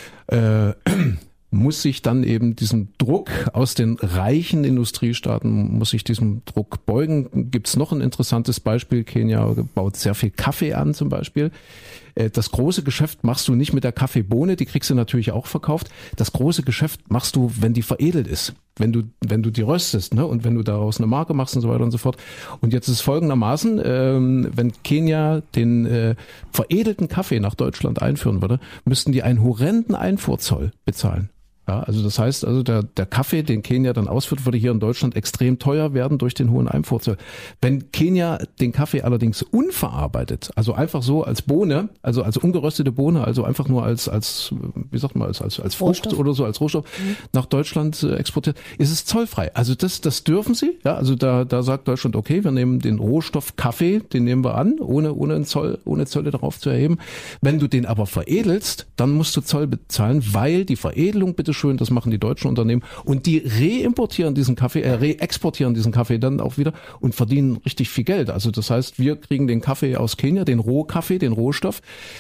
Speaker 2: äh, muss sich dann eben diesem Druck aus den reichen Industriestaaten, muss sich diesem Druck beugen. Gibt es noch ein interessantes Beispiel? Kenia baut sehr viel Kaffee an zum Beispiel. Das große Geschäft machst du nicht mit der Kaffeebohne, die kriegst du natürlich auch verkauft. Das große Geschäft machst du, wenn die veredelt ist, wenn du wenn du die röstest, ne, und wenn du daraus eine Marke machst und so weiter und so fort. Und jetzt ist es folgendermaßen, ähm, wenn Kenia den äh, veredelten Kaffee nach Deutschland einführen würde, müssten die einen horrenden Einfuhrzoll bezahlen. Ja, also das heißt, also der, der Kaffee, den Kenia dann ausführt, würde hier in Deutschland extrem teuer werden durch den hohen Einfuhrzoll. Wenn Kenia den Kaffee allerdings unverarbeitet, also einfach so als Bohne, also als ungeröstete Bohne, also einfach nur als, als, wie sagt man, als, als, als Frucht Rohstoff. Oder so, als Rohstoff mhm. nach Deutschland exportiert, ist es zollfrei. Also das, das dürfen sie, ja, also da, da sagt Deutschland, okay, wir nehmen den Rohstoff Kaffee, den nehmen wir an, ohne, ohne einen Zoll, ohne Zölle darauf zu erheben. Wenn du den aber veredelst, dann musst du Zoll bezahlen, weil die Veredelung bitte schön, das machen die deutschen Unternehmen und die reimportieren diesen Kaffee, äh, reexportieren diesen Kaffee dann auch wieder und verdienen richtig viel Geld. Also das heißt, wir kriegen den Kaffee aus Kenia, den Rohkaffee, den Rohstoff,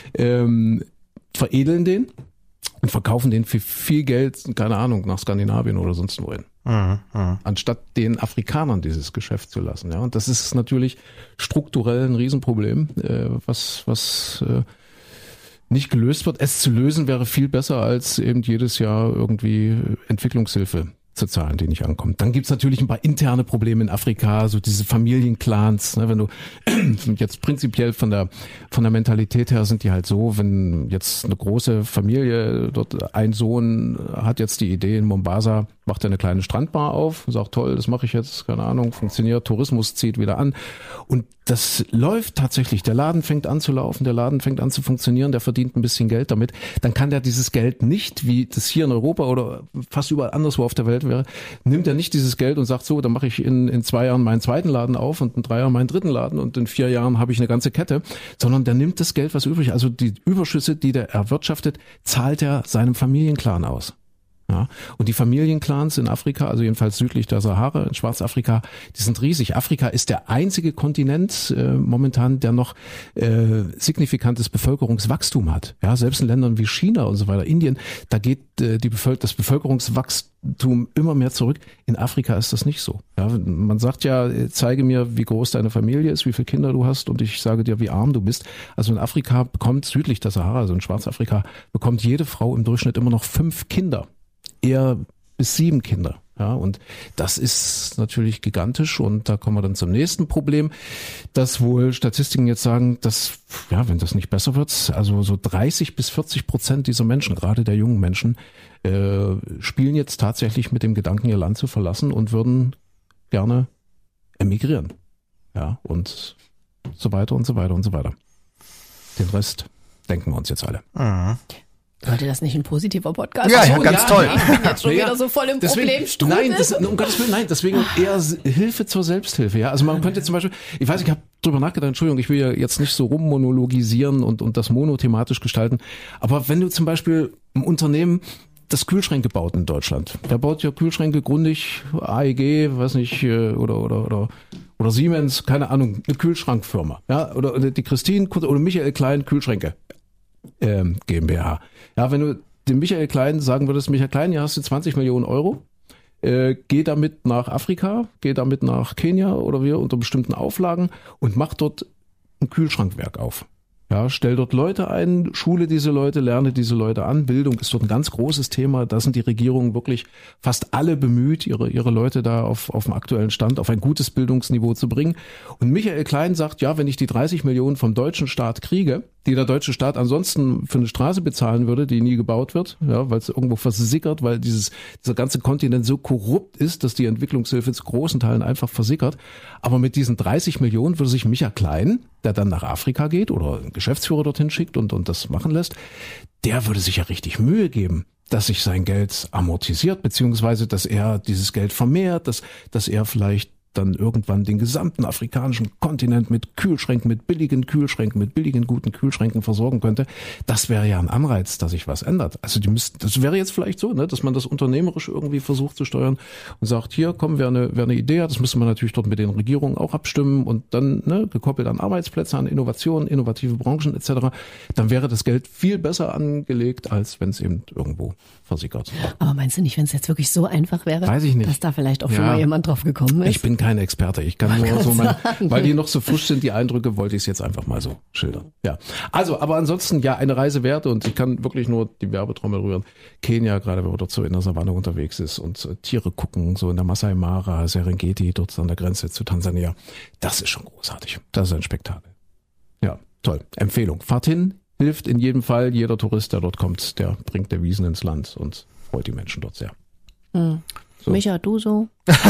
Speaker 2: ähm, veredeln den und verkaufen den für viel Geld, keine Ahnung, nach Skandinavien oder sonst wohin. Mhm, mh. Anstatt den Afrikanern dieses Geschäft zu lassen. Ja, und das ist natürlich strukturell ein Riesenproblem, äh, was, was äh, nicht gelöst wird. Es zu lösen wäre viel besser, als eben jedes Jahr irgendwie Entwicklungshilfe zu zahlen, die nicht ankommt. Dann gibt's natürlich ein paar interne Probleme in Afrika, so diese Familienclans. Ne, wenn du jetzt prinzipiell von der von der Mentalität her sind die halt so, wenn jetzt eine große Familie, dort ein Sohn hat jetzt die Idee, in Mombasa macht er eine kleine Strandbar auf, sagt, toll, das mache ich jetzt, keine Ahnung, funktioniert, Tourismus zieht wieder an. Und das läuft tatsächlich. Der Laden fängt an zu laufen, der Laden fängt an zu funktionieren, der verdient ein bisschen Geld damit. Dann kann der dieses Geld nicht, wie das hier in Europa oder fast überall anderswo auf der Welt wäre, nimmt er nicht dieses Geld und sagt, so, dann mache ich in, in zwei Jahren meinen zweiten Laden auf und in drei Jahren meinen dritten Laden und in vier Jahren habe ich eine ganze Kette, sondern der nimmt das Geld, was übrig ist. Also die Überschüsse, die der erwirtschaftet, zahlt er seinem Familienclan aus. Ja, und die Familienclans in Afrika, also jedenfalls südlich der Sahara, in Schwarzafrika, die sind riesig. Afrika ist der einzige Kontinent äh, momentan, der noch äh, signifikantes Bevölkerungswachstum hat. Ja, selbst in Ländern wie China und so weiter, Indien, da geht äh, die Bevölker- das Bevölkerungswachstum immer mehr zurück. In Afrika ist das nicht so. Ja, man sagt ja, zeige mir, wie groß deine Familie ist, wie viele Kinder du hast und ich sage dir, wie arm du bist. Also in Afrika bekommt südlich der Sahara, also in Schwarzafrika, bekommt jede Frau im Durchschnitt immer noch fünf Kinder. Eher bis sieben Kinder. Ja, und das ist natürlich gigantisch und da kommen wir dann zum nächsten Problem, dass wohl Statistiken jetzt sagen, dass, ja, wenn das nicht besser wird, also so dreißig bis vierzig Prozent dieser Menschen, gerade der jungen Menschen, äh, spielen jetzt tatsächlich mit dem Gedanken, ihr Land zu verlassen und würden gerne emigrieren. Ja, und so weiter und so weiter und so weiter. Den Rest denken wir uns jetzt alle.
Speaker 3: Mhm.
Speaker 1: Sollte das nicht ein positiver Podcast
Speaker 3: Ja,
Speaker 1: sein?
Speaker 3: ja, ganz
Speaker 2: ja,
Speaker 3: toll.
Speaker 2: ja.
Speaker 1: Ich bin jetzt schon
Speaker 2: Ja,
Speaker 1: wieder so voll im
Speaker 2: deswegen,
Speaker 1: Problemstrudel.
Speaker 2: Nein, das, um Gottes Willen, nein, deswegen eher Hilfe zur Selbsthilfe. Ja, also man könnte zum Beispiel, ich weiß, ich habe drüber nachgedacht, Entschuldigung, ich will ja jetzt nicht so rummonologisieren und, und das monothematisch gestalten, aber wenn du zum Beispiel im Unternehmen das Kühlschränke baut in Deutschland, der baut ja Kühlschränke grundig, A E G, weiß nicht, oder, oder, oder, oder Siemens, keine Ahnung, eine Kühlschrankfirma, ja, oder, oder die Christine oder Michael Klein Kühlschränke, ähm, GmbH. Ja, wenn du dem Michael Klein sagen würdest, Michael Klein, hier hast du zwanzig Millionen Euro, äh, geh damit nach Afrika, geh damit nach Kenia oder wir unter bestimmten Auflagen und mach dort ein Kühlschrankwerk auf. Ja, stell dort Leute ein, schule diese Leute, lerne diese Leute an. Bildung ist dort ein ganz großes Thema. Da sind die Regierungen wirklich fast alle bemüht, ihre ihre Leute da auf auf dem aktuellen Stand, auf ein gutes Bildungsniveau zu bringen. Und Michael Klein sagt, ja, wenn ich die dreißig Millionen vom deutschen Staat kriege, die der deutsche Staat ansonsten für eine Straße bezahlen würde, die nie gebaut wird, ja, weil es irgendwo versickert, weil dieses dieser ganze Kontinent so korrupt ist, dass die Entwicklungshilfe zu großen Teilen einfach versickert. Aber mit diesen dreißig Millionen würde sich Michael Klein, der dann nach Afrika geht oder einen Geschäftsführer dorthin schickt und und das machen lässt, der würde sich ja richtig Mühe geben, dass sich sein Geld amortisiert, beziehungsweise dass er dieses Geld vermehrt, dass dass er vielleicht dann irgendwann den gesamten afrikanischen Kontinent mit Kühlschränken, mit billigen Kühlschränken, mit billigen, guten Kühlschränken versorgen könnte. Das wäre ja ein Anreiz, dass sich was ändert. Also die müssten, das wäre jetzt vielleicht so, ne, dass man das unternehmerisch irgendwie versucht zu steuern und sagt, hier, komm, wer eine, wer eine Idee hat, das müsste man natürlich dort mit den Regierungen auch abstimmen und dann, ne, gekoppelt an Arbeitsplätze, an Innovationen, innovative Branchen et cetera. Dann wäre das Geld viel besser angelegt, als wenn es eben irgendwo versickert.
Speaker 1: Aber meinst du nicht, wenn es jetzt wirklich so einfach wäre,
Speaker 2: Weiß ich nicht.
Speaker 1: dass da vielleicht auch schon
Speaker 2: Ja.
Speaker 1: mal jemand drauf gekommen ist?
Speaker 2: Ich bin kein Experte. Ich kann nur so mein, weil die noch so frisch sind, die Eindrücke, wollte ich es jetzt einfach mal so schildern. Ja. Also, aber ansonsten, ja, eine Reise wert und ich kann wirklich nur die Werbetrommel rühren. Kenia, gerade wenn man dort so in der Savanne unterwegs ist und äh, Tiere gucken, so in der Masai Mara, Serengeti, dort an der Grenze zu Tansania. Das ist schon großartig. Das ist ein Spektakel. Ja, toll. Empfehlung. Fahrt hin, hilft in jedem Fall. Jeder Tourist, der dort kommt, der bringt Devisen ins Land und freut die Menschen dort sehr.
Speaker 1: Hm.
Speaker 2: So.
Speaker 1: Micha, du so?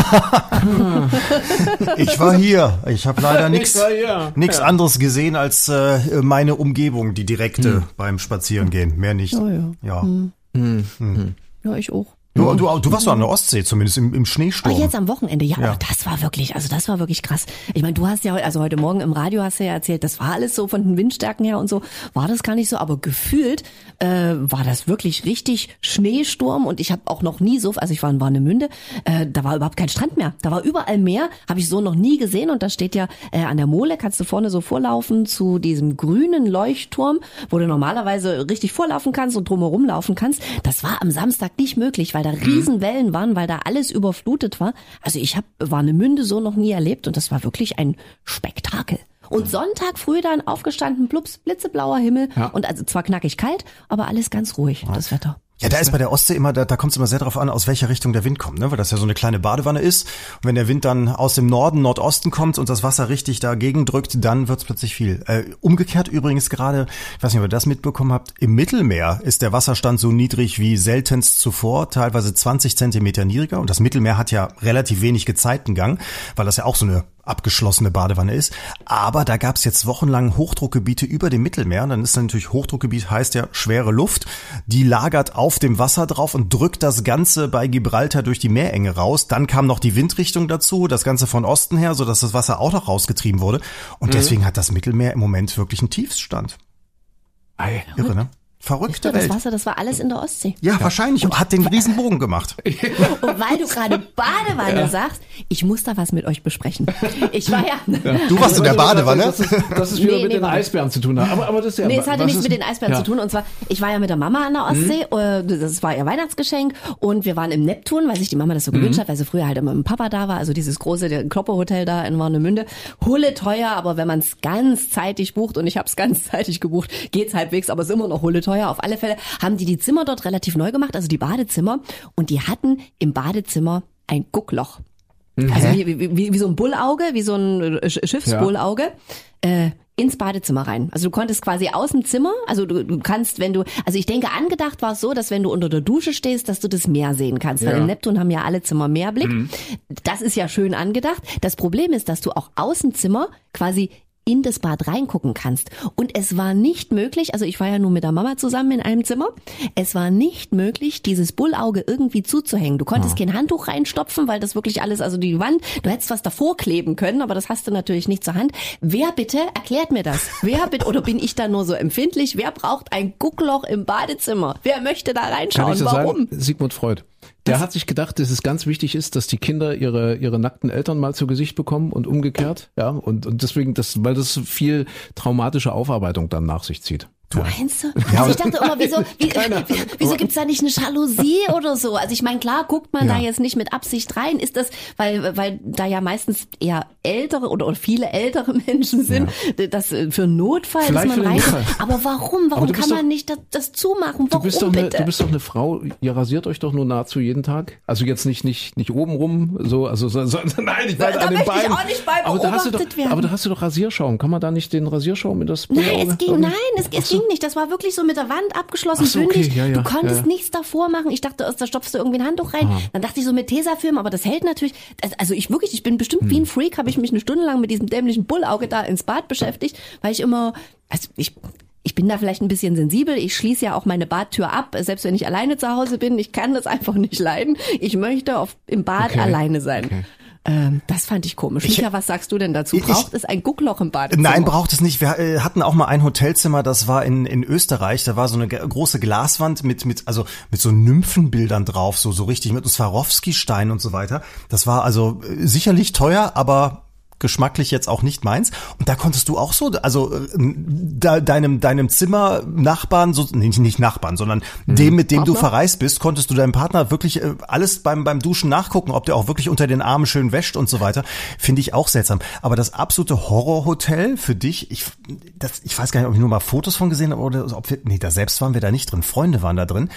Speaker 3: Ich war hier. Ich habe leider nichts
Speaker 2: Ich war hier.
Speaker 3: nichts
Speaker 2: Ja.
Speaker 3: anderes gesehen als äh, meine Umgebung, die direkte
Speaker 2: Hm.
Speaker 3: beim Spazierengehen. Mehr nicht.
Speaker 1: Oh ja.
Speaker 3: Ja.
Speaker 1: Hm.
Speaker 2: Hm.
Speaker 3: Hm.
Speaker 1: Ja, ich auch.
Speaker 3: Du, du, du warst doch an der Ostsee, zumindest im, im
Speaker 1: Ah,
Speaker 3: Schneesturm.
Speaker 1: jetzt am Wochenende, ja,
Speaker 3: Ja.
Speaker 1: Oh, das war wirklich, also das war wirklich krass. Ich meine, du hast ja, also heute Morgen im Radio hast du ja erzählt, das war alles so von den Windstärken her und so, war das gar nicht so, aber gefühlt äh, war das wirklich richtig Schneesturm und ich habe auch noch nie so, also ich war in Warnemünde, äh, da war überhaupt kein Strand mehr, da war überall Meer, habe ich so noch nie gesehen und da steht ja äh, an der Mole, kannst du vorne so vorlaufen zu diesem grünen Leuchtturm, wo du normalerweise richtig vorlaufen kannst und drumherum laufen kannst. Das war am Samstag nicht möglich, weil da riesen Wellen waren, weil da alles überflutet war. Also ich habe Warnemünde so noch nie erlebt und das war wirklich ein Spektakel. Und Sonntag früh dann aufgestanden, plups, blitzeblauer Himmel
Speaker 2: Ja.
Speaker 1: und also zwar knackig kalt, aber alles ganz ruhig, das Wetter.
Speaker 3: Ja, da ist bei der Ostsee immer, da, da kommt es immer sehr darauf an, aus welcher Richtung der Wind kommt, ne? Weil das ja so eine kleine Badewanne ist. Und wenn der Wind dann aus dem Norden, Nordosten kommt und das Wasser richtig dagegen drückt, dann wird's plötzlich viel. Äh, umgekehrt übrigens gerade, ich weiß nicht, ob ihr das mitbekommen habt, im Mittelmeer ist der Wasserstand so niedrig wie seltenst zuvor, teilweise zwanzig Zentimeter niedriger. Und das Mittelmeer hat ja relativ wenig Gezeitengang, weil das ja auch so eine abgeschlossene Badewanne ist. Aber da gab's jetzt wochenlang Hochdruckgebiete über dem Mittelmeer. Und dann ist dann natürlich Hochdruckgebiet, heißt ja schwere Luft. Die lagert auf dem Wasser drauf und drückt das Ganze bei Gibraltar durch die Meerenge raus. Dann kam noch die Windrichtung dazu, das Ganze von Osten her, sodass das Wasser auch noch rausgetrieben wurde. Und deswegen hat das Mittelmeer im Moment wirklich einen Tiefstand.
Speaker 2: Ei.
Speaker 3: Irre, ne? Verrückte
Speaker 1: Das
Speaker 3: Welt.
Speaker 1: Wasser, das war alles in der Ostsee.
Speaker 3: Ja, wahrscheinlich. Und hat den Riesenbogen gemacht.
Speaker 1: Und weil du gerade Badewanne ja. sagst, ich muss da was mit euch besprechen. Ich war ja...
Speaker 3: Du warst in der Badewanne?
Speaker 2: Das ist, das ist wieder
Speaker 1: Nee,
Speaker 2: mit
Speaker 1: nee,
Speaker 2: den
Speaker 1: warte.
Speaker 2: Eisbären zu tun. Aber, aber das ist ja,
Speaker 1: Nee, es hatte
Speaker 2: was
Speaker 1: nichts
Speaker 2: ist,
Speaker 1: mit den Eisbären
Speaker 2: ja.
Speaker 1: zu tun. Und zwar, ich war ja mit der Mama an der Ostsee, mhm. das war ihr Weihnachtsgeschenk und wir waren im Neptun, weil sich die Mama das so mhm. gewünscht hat, weil sie früher halt immer mit dem Papa da war, also dieses große Klopper-Hotel da in Warnemünde. Hulle teuer, aber wenn man es ganz zeitig bucht, und ich habe es ganz zeitig gebucht, geht's halbwegs, aber es ist immer noch Hulle teuer. Auf alle Fälle haben die die Zimmer dort relativ neu gemacht, also die Badezimmer, und die hatten im Badezimmer
Speaker 4: ein Guckloch. Also wie, wie, wie, wie so ein Bullauge, wie so ein Schiffsbullauge, ja. äh, ins Badezimmer rein. Also du konntest quasi aus dem Zimmer, also du, du kannst, wenn du, also ich denke, angedacht war es so, dass wenn du unter der Dusche stehst, dass du das Meer sehen kannst. Ja. Weil im Neptun haben ja alle Zimmer Meerblick. Mhm. Das ist ja schön angedacht. Das Problem ist, dass du auch aus dem Zimmer quasi in das Bad reingucken kannst. Und es war nicht möglich, also ich war ja nur mit der Mama zusammen in einem Zimmer, es war nicht möglich, dieses Bullauge irgendwie zuzuhängen. Du konntest ja. kein Handtuch reinstopfen, weil das wirklich alles, also die Wand, du hättest was davor kleben können, aber das hast du natürlich nicht zur Hand. Wer bitte, erklärt mir das? Wer bitte, oder bin ich da nur so empfindlich? Wer braucht ein Guckloch im Badezimmer? Wer möchte da reinschauen?
Speaker 2: Kann ich
Speaker 4: Warum?
Speaker 2: Sagen? Sigmund Freud. Der hat sich gedacht, dass es ganz wichtig ist, dass die Kinder ihre ihre nackten Eltern mal zu Gesicht bekommen und umgekehrt, ja, und und deswegen das, weil das viel traumatische Aufarbeitung dann nach sich zieht.
Speaker 4: Du meinst du? Ja, also ich dachte immer, wieso, wie, wieso gibt's da nicht eine Jalousie oder so? Also ich meine, klar guckt man ja. da jetzt nicht mit Absicht rein. Ist das, weil weil da ja meistens eher ältere oder, oder viele ältere Menschen sind, ja. das für einen Notfall,
Speaker 2: Vielleicht
Speaker 4: dass man rein. Aber warum? Warum kann
Speaker 2: doch,
Speaker 4: man nicht das, das zumachen? Warum
Speaker 2: du bist doch
Speaker 4: bitte?
Speaker 2: Eine, du bist doch eine Frau. Ihr rasiert euch doch nur nahezu jeden Tag. Also jetzt nicht nicht nicht oben rum, so also so, so, nein, ich meine an den Beinen.
Speaker 4: Ich auch nicht bei
Speaker 2: aber da hast du doch,
Speaker 4: werden.
Speaker 2: aber da hast du doch Rasierschaum. Kann man da nicht den Rasierschaum in das?
Speaker 4: Nein, es ging, nein, es, es ging nicht. Das war wirklich so mit der Wand abgeschlossen, so, bündig. Okay, ja, ja, du konntest ja. nichts davor machen. Ich dachte, da stopfst du irgendwie ein Handtuch rein. Ah. Dann dachte ich so mit Tesafilm, aber das hält natürlich. Also ich wirklich, ich bin bestimmt hm. wie ein Freak, habe ich mich eine Stunde lang mit diesem dämlichen Bullauge da ins Bad beschäftigt, weil ich immer, also ich Ich bin da vielleicht ein bisschen sensibel. Ich schließe ja auch meine Badtür ab, selbst wenn ich alleine zu Hause bin. Ich kann das einfach nicht leiden. Ich möchte auf, im Bad okay. alleine sein. Okay. Ähm, das fand ich komisch. Ich, Micha, was sagst du denn dazu? Braucht ich, es ein Guckloch im Badezimmer?
Speaker 3: Nein, braucht es nicht. Wir äh, hatten auch mal ein Hotelzimmer, das war in in Österreich. Da war so eine große Glaswand mit mit also mit so Nymphenbildern drauf, so so richtig mit Swarovski-Stein und so weiter. Das war also äh, sicherlich teuer, aber geschmacklich jetzt auch nicht meins. Und da konntest du auch so, also da, deinem deinem Zimmernachbarn, so nicht, nicht Nachbarn, sondern mhm. dem, mit dem Partner? Du verreist bist, konntest du deinem Partner wirklich äh, alles beim beim Duschen nachgucken, ob der auch wirklich unter den Armen schön wäscht und so weiter. Finde ich auch seltsam. Aber das absolute Horrorhotel für dich, ich das, ich weiß gar nicht, ob ich nur mal Fotos von gesehen habe oder ob wir, nee, da selbst waren wir da nicht drin, Freunde waren da drin.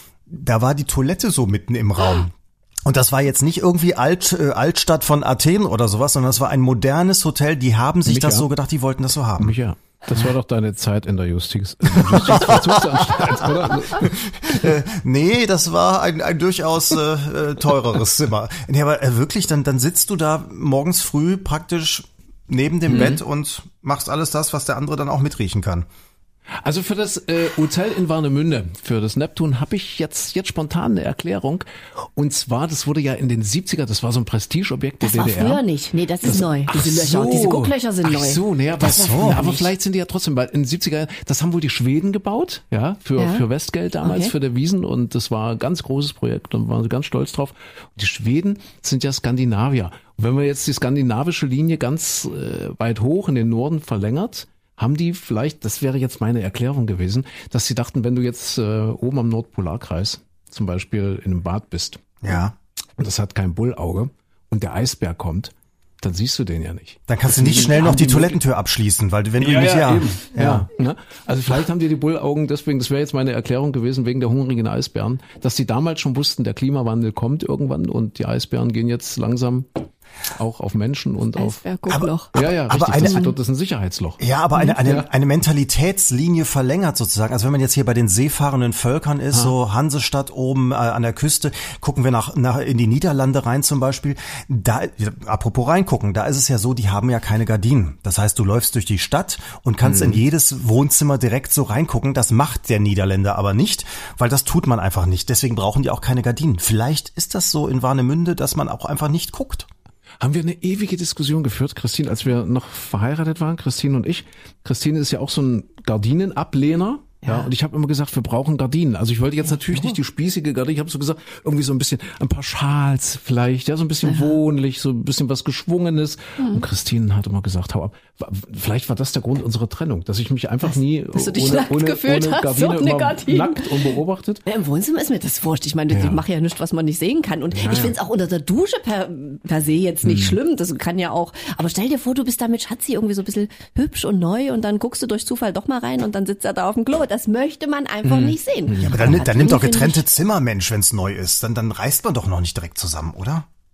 Speaker 3: Da war die Toilette so mitten im Raum. Und das war jetzt nicht irgendwie Alt, äh, Altstadt von Athen oder sowas, sondern das war ein modernes Hotel. Die haben sich Micha, das so gedacht, die wollten das so haben.
Speaker 2: Micha, das war doch deine Zeit in der Justiz, Justizvollzugsanstalt, oder?
Speaker 3: äh, nee, das war ein, ein durchaus äh, teureres Zimmer. Nee, aber äh, wirklich, dann, dann sitzt du da morgens früh praktisch neben dem mhm. Bett und machst alles das, was der andere dann auch mitriechen kann.
Speaker 2: Also für das äh, Hotel in Warnemünde, für das Neptun, habe ich jetzt jetzt spontan eine Erklärung. Und zwar, das wurde ja in den siebziger, das war so ein Prestigeobjekt der
Speaker 4: D D R. Das war früher nicht. Nee, das, das ist neu. Diese Löcher,
Speaker 2: so.
Speaker 4: diese Gucklöcher sind
Speaker 2: ach
Speaker 4: neu.
Speaker 2: Ach so, nee, aber, so, ja, aber vielleicht sind die ja trotzdem, weil in den siebziger, das haben wohl die Schweden gebaut, ja, für ja. für Westgeld damals, okay. für der Wiesn. Und das war ein ganz großes Projekt und waren sie ganz stolz drauf. Und die Schweden sind ja Skandinavier. Und wenn man jetzt die skandinavische Linie ganz äh, weit hoch in den Norden verlängert, haben die vielleicht, das wäre jetzt meine Erklärung gewesen, dass sie dachten, wenn du jetzt äh, oben am Nordpolarkreis zum Beispiel in einem Bad bist,
Speaker 3: ja,
Speaker 2: und das hat kein Bullauge und der Eisbär kommt, dann siehst du den ja nicht.
Speaker 3: Dann kannst das du nicht schnell noch die Toilettentür abschließen, weil du, wenn du
Speaker 2: ja,
Speaker 3: nicht,
Speaker 2: ja,
Speaker 3: ja,
Speaker 2: eben. ja, ja. Ne? Also vielleicht haben die die Bullaugen deswegen, das wäre jetzt meine Erklärung gewesen, wegen der hungrigen Eisbären, dass die damals schon wussten, der Klimawandel kommt irgendwann und die Eisbären gehen jetzt langsam auch auf Menschen und auf
Speaker 4: Guckloch.
Speaker 2: Ja, ja, richtig.
Speaker 3: Aber eine,
Speaker 2: das, wird, das ist ein Sicherheitsloch.
Speaker 3: Ja, aber eine eine,
Speaker 2: ja.
Speaker 3: eine Mentalitätslinie verlängert sozusagen. Also wenn man jetzt hier bei den seefahrenden Völkern ist, ha. so Hansestadt oben äh, an der Küste, gucken wir nach, nach in die Niederlande rein zum Beispiel. Da, apropos reingucken, da ist es ja so, die haben ja keine Gardinen. Das heißt, du läufst durch die Stadt und kannst hm. in jedes Wohnzimmer direkt so reingucken. Das macht der Niederländer aber nicht, weil das tut man einfach nicht. Deswegen brauchen die auch keine Gardinen. Vielleicht ist das so in Warnemünde, dass man auch einfach nicht guckt.
Speaker 2: Haben wir eine ewige Diskussion geführt, Christine, als wir noch verheiratet waren, Christine und ich. Christine ist ja auch so ein Gardinenablehner. Ja, und ich habe immer gesagt, wir brauchen Gardinen. Also ich wollte jetzt natürlich ja. nicht die spießige Gardine, ich habe so gesagt, irgendwie so ein bisschen, ein paar Schals vielleicht, ja, so ein bisschen ja. wohnlich, so ein bisschen was Geschwungenes. Mhm. Und Christine hat immer gesagt, hau ab. Vielleicht war das der Grund unserer Trennung, dass ich mich einfach was, nie
Speaker 4: dass du dich
Speaker 2: ohne,
Speaker 4: nackt
Speaker 2: ohne,
Speaker 4: gefühlt
Speaker 2: ohne
Speaker 4: hast,
Speaker 2: Gardine,
Speaker 4: so eine
Speaker 2: immer
Speaker 4: Gardine.
Speaker 2: nackt und beobachtet.
Speaker 4: Ja, im Wohnzimmer ist mir das wurscht. Ich meine, ja. ich mache ja nichts, was man nicht sehen kann. Und ja, ich finde es auch unter der Dusche per, per se jetzt nicht mhm. schlimm. Das kann ja auch, aber stell dir vor, du bist da mit Schatzi irgendwie so ein bisschen hübsch und neu und dann guckst du durch Zufall doch mal rein und dann sitzt er da auf dem Klo. Das möchte man einfach mhm. nicht sehen.
Speaker 3: Ja, aber dann, dann nimmt doch getrennte Zimmer, Mensch, wenn es neu ist. Dann, dann reist man doch noch nicht direkt zusammen, oder?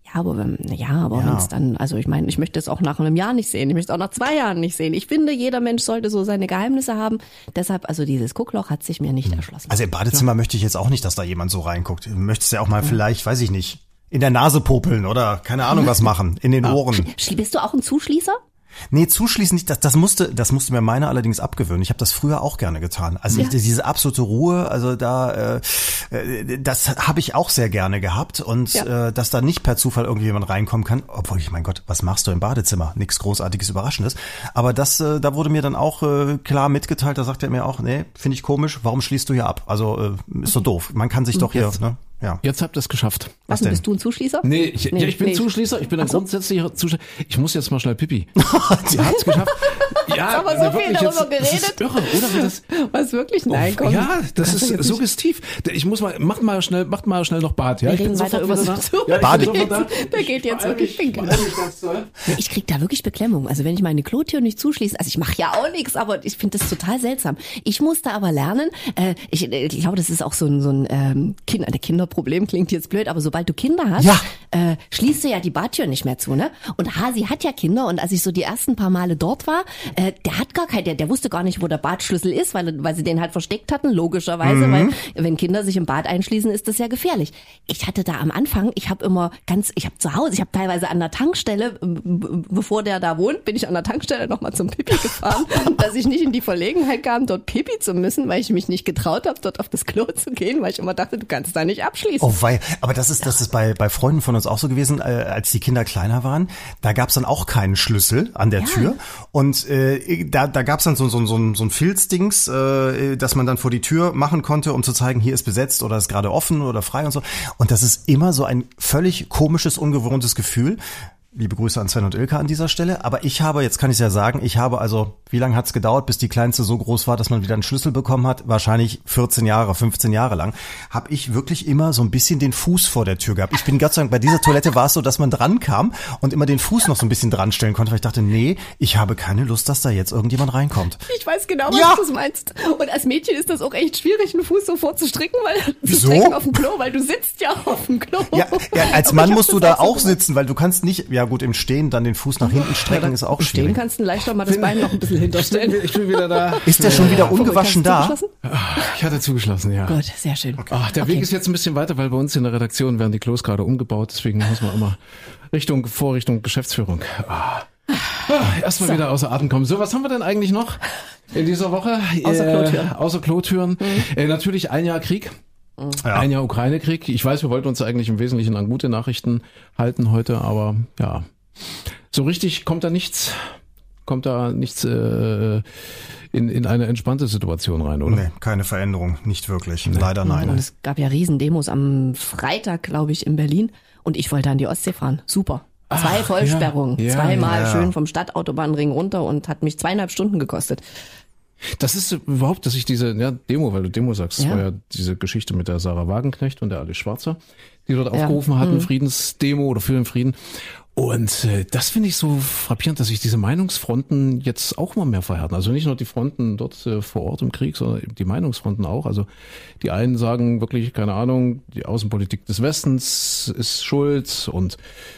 Speaker 4: Ja, aber wenn, ja, aber
Speaker 3: Ja.
Speaker 4: wenn es dann, also ich meine, ich möchte es auch nach einem Jahr nicht sehen, ich möchte es auch nach zwei Jahren nicht sehen. Ich finde, jeder Mensch sollte so seine Geheimnisse haben. Deshalb, also dieses Guckloch hat sich mir nicht erschlossen.
Speaker 3: Also im Badezimmer möchte ich jetzt auch nicht, dass da jemand so reinguckt. Du möchtest ja auch mal vielleicht, weiß ich nicht, in der Nase popeln oder keine Ahnung was machen, in den Ohren.
Speaker 4: Sch- Bist du auch ein Zuschließer?
Speaker 3: Nee, zuschließen nicht, das, das musste, das musste mir meiner allerdings abgewöhnen. Ich habe das früher auch gerne getan. Also
Speaker 4: Ja.
Speaker 3: diese absolute Ruhe, also da, äh, äh, das habe ich auch sehr gerne gehabt und
Speaker 4: Ja.
Speaker 3: äh, dass da nicht per Zufall irgendjemand reinkommen kann, obwohl ich, mein Gott, was machst du im Badezimmer? Nichts Großartiges, Überraschendes. Aber das, äh, da wurde mir dann auch äh, klar mitgeteilt, da sagt er mir auch, nee, finde ich komisch, warum schließt du hier ab? Also äh, ist so doof. Man kann sich doch hier, ne? Ja.
Speaker 2: Jetzt habt ihr es geschafft.
Speaker 4: Was,
Speaker 3: denn?
Speaker 4: bist du ein Zuschließer?
Speaker 2: Nee, ich,
Speaker 4: Nee,
Speaker 2: ja, ich bin
Speaker 4: nee.
Speaker 2: Zuschließer, ich bin ein
Speaker 4: Ach so.
Speaker 2: grundsätzlicher Zuschließer. Ich muss jetzt mal schnell Pipi. Sie hat's geschafft. Ja,
Speaker 4: haben wir so
Speaker 2: nee,
Speaker 4: viel
Speaker 2: wirklich
Speaker 4: darüber
Speaker 2: Das ist
Speaker 4: geredet.
Speaker 2: irre, oder? Wie das,
Speaker 4: Was wirklich? Nein, komm.
Speaker 2: ja, das
Speaker 4: Kannst du
Speaker 2: ist
Speaker 4: jetzt
Speaker 2: suggestiv. Ich muss mal, macht mal schnell, macht mal schnell noch Bad, ja?
Speaker 4: Wir
Speaker 2: Ich bin
Speaker 4: reden weiter
Speaker 2: sofort
Speaker 4: über
Speaker 2: wieder
Speaker 4: so-
Speaker 2: da. Ja, ich
Speaker 3: Bade-
Speaker 2: bin sofort da.
Speaker 4: Der geht jetzt
Speaker 2: Ich
Speaker 4: wirklich
Speaker 2: beeil mich,
Speaker 4: pinkeln.
Speaker 2: beeil mich ganz doll.
Speaker 4: Ich krieg da wirklich Beklemmung. Also wenn ich meine Klotür nicht zuschließe, also ich mache ja auch nichts, aber ich finde das total seltsam. Ich musste aber lernen, äh, ich, ich glaube, das ist auch so ein, so ein ähm, kind, ein Kinderproblem, klingt jetzt blöd, aber sobald du Kinder hast,
Speaker 3: Ja.
Speaker 4: äh, schließt du ja die Badtür nicht mehr zu, ne? Und Hasi hat ja Kinder und als ich so die ersten paar Male dort war, äh, der hat gar kein, der, der wusste gar nicht, wo der Badschlüssel ist, weil, weil sie den halt versteckt hatten, logischerweise,
Speaker 3: Mhm.
Speaker 4: weil wenn Kinder sich im Bad einschließen, ist das ja gefährlich. Ich hatte da am Anfang, ich habe immer ganz, ich habe zu Hause, ich habe teilweise an der Tankstelle, b- b- bevor der da wohnt, bin ich an der Tankstelle nochmal zum Pipi gefahren, dass ich nicht in die Verlegenheit kam, dort Pipi zu müssen, weil ich mich nicht getraut habe, dort auf das Klo zu gehen, weil ich immer dachte, du kannst da nicht abschließen.
Speaker 3: Oh wei, aber das ist das ist bei bei Freunden von uns auch so gewesen, äh, als die Kinder kleiner waren. Da gab's dann auch keinen Schlüssel an der
Speaker 4: Ja.
Speaker 3: Tür und äh, da da gab's dann so so so ein so ein Filzdings, äh, das man dann vor die Tür machen konnte, um zu zeigen, hier ist besetzt oder ist gerade offen oder frei und so. Und das ist immer so ein völlig komisches, ungewohntes Gefühl. Liebe Grüße an Sven und Ilka an dieser Stelle. Aber ich habe, jetzt kann ich es ja sagen, ich habe also, wie lange hat es gedauert, bis die Kleinste so groß war, dass man wieder einen Schlüssel bekommen hat? Wahrscheinlich vierzehn Jahre, fünfzehn Jahre lang. Habe ich wirklich immer so ein bisschen den Fuß vor der Tür gehabt. Ich bin Gott sei Dank, bei dieser Toilette war es so, dass man dran kam und immer den Fuß noch so ein bisschen dran stellen konnte, weil ich dachte, nee, ich habe keine Lust, dass da jetzt irgendjemand reinkommt.
Speaker 4: Ich weiß genau, was
Speaker 3: Ja.
Speaker 4: du meinst. Und als Mädchen ist das auch echt schwierig, einen Fuß so vorzustricken, weil
Speaker 3: Wieso?
Speaker 4: zu strecken auf dem Klo, weil du sitzt ja auf dem Klo.
Speaker 3: Ja, ja als
Speaker 4: Aber
Speaker 3: Mann
Speaker 4: ich hab
Speaker 3: musst du
Speaker 4: das
Speaker 3: da
Speaker 4: so
Speaker 3: auch
Speaker 4: gemacht.
Speaker 3: sitzen, weil du kannst nicht, ja gut, im Stehen dann den Fuß nach hinten strecken, ist auch
Speaker 4: Im Stehen
Speaker 3: schwierig.
Speaker 4: kannst du leichter mal das Bein noch ein bisschen hinterstellen.
Speaker 2: Ich bin wieder da.
Speaker 3: Ist der schon wieder
Speaker 4: Hast
Speaker 3: ungewaschen
Speaker 4: du
Speaker 3: da?
Speaker 4: zugeschlossen?
Speaker 2: Ich hatte zugeschlossen, ja.
Speaker 4: Gut, sehr schön.
Speaker 2: Ach, der Weg ist jetzt ein bisschen weiter, weil bei uns in der Redaktion werden die Klos gerade umgebaut, deswegen muss man immer Richtung Vorrichtung Geschäftsführung. Ah. Ah, Erstmal wieder außer Atem kommen. So, was haben wir denn eigentlich noch in dieser Woche?
Speaker 4: Außer
Speaker 2: Äh,
Speaker 4: Klotüren.
Speaker 2: Außer Klotüren. Äh, natürlich ein Jahr Krieg.
Speaker 3: Ja.
Speaker 2: Ein Jahr Ukraine-Krieg. Ich weiß, wir wollten uns eigentlich im Wesentlichen an gute Nachrichten halten heute, aber ja, so richtig kommt da nichts, kommt da nichts äh, in, in eine entspannte Situation rein, oder?
Speaker 3: Nee, keine Veränderung, nicht wirklich. Leider
Speaker 4: Und
Speaker 3: nein.
Speaker 4: es gab ja Riesendemos am Freitag, glaube ich, in Berlin. Und ich wollte an die Ostsee fahren. Super. Zwei
Speaker 2: Ach,
Speaker 4: Vollsperrungen.
Speaker 2: ja, ja,
Speaker 4: Zweimal
Speaker 3: ja.
Speaker 4: schön vom Stadtautobahnring runter und hat mich zweieinhalb Stunden gekostet.
Speaker 2: Das ist überhaupt, dass ich diese ja, Demo, weil du Demo sagst, das
Speaker 4: Ja.
Speaker 2: war ja diese Geschichte mit der Sarah Wagenknecht und der Alice Schwarzer, die dort
Speaker 4: Ja.
Speaker 2: aufgerufen hatten,
Speaker 4: Mhm.
Speaker 2: Friedensdemo oder für den Frieden. Und äh, das finde ich so frappierend, dass sich diese Meinungsfronten jetzt auch mal mehr verhärten. Also nicht nur die Fronten dort äh, vor Ort im Krieg, sondern eben die Meinungsfronten auch. Also die einen sagen wirklich, keine Ahnung, die Außenpolitik des Westens ist schuld und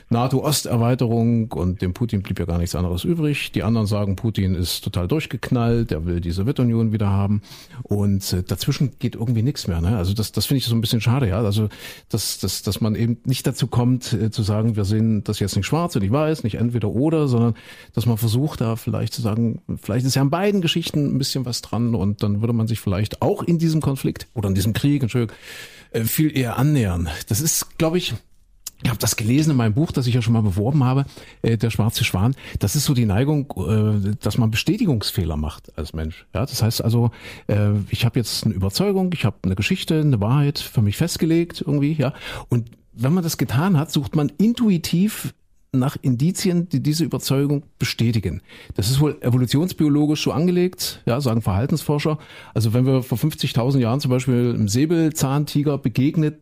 Speaker 2: NATO-Osterweiterung und dem Putin blieb ja gar nichts anderes übrig. Die anderen sagen, Putin ist total durchgeknallt, der will die Sowjetunion wieder haben. Und äh, dazwischen geht irgendwie nichts mehr. Ne? Also das, das finde ich so ein bisschen schade, ja. Also dass, dass, dass man eben nicht dazu kommt, äh, zu sagen, wir sehen das jetzt nicht schwarz und nicht weiß, nicht entweder oder, sondern dass man versucht, da vielleicht zu sagen, vielleicht ist ja an beiden Geschichten ein bisschen was dran und dann würde man sich vielleicht auch in diesem Konflikt oder in diesem Krieg, Entschuldigung, äh, viel eher annähern. Das ist, glaube ich, ich habe das gelesen in meinem Buch, das ich ja schon mal beworben habe, äh, der schwarze Schwan. Das ist so die Neigung, äh, dass man Bestätigungsfehler macht als Mensch. Ja, das heißt also, äh, ich habe jetzt eine Überzeugung, ich habe eine Geschichte, eine Wahrheit für mich festgelegt irgendwie, ja. Und wenn man das getan hat, sucht man intuitiv nach Indizien, die diese Überzeugung bestätigen. Das ist wohl evolutionsbiologisch so angelegt, ja, sagen Verhaltensforscher. Also wenn wir vor fünfzigtausend Jahren zum Beispiel einem Säbelzahntiger begegnet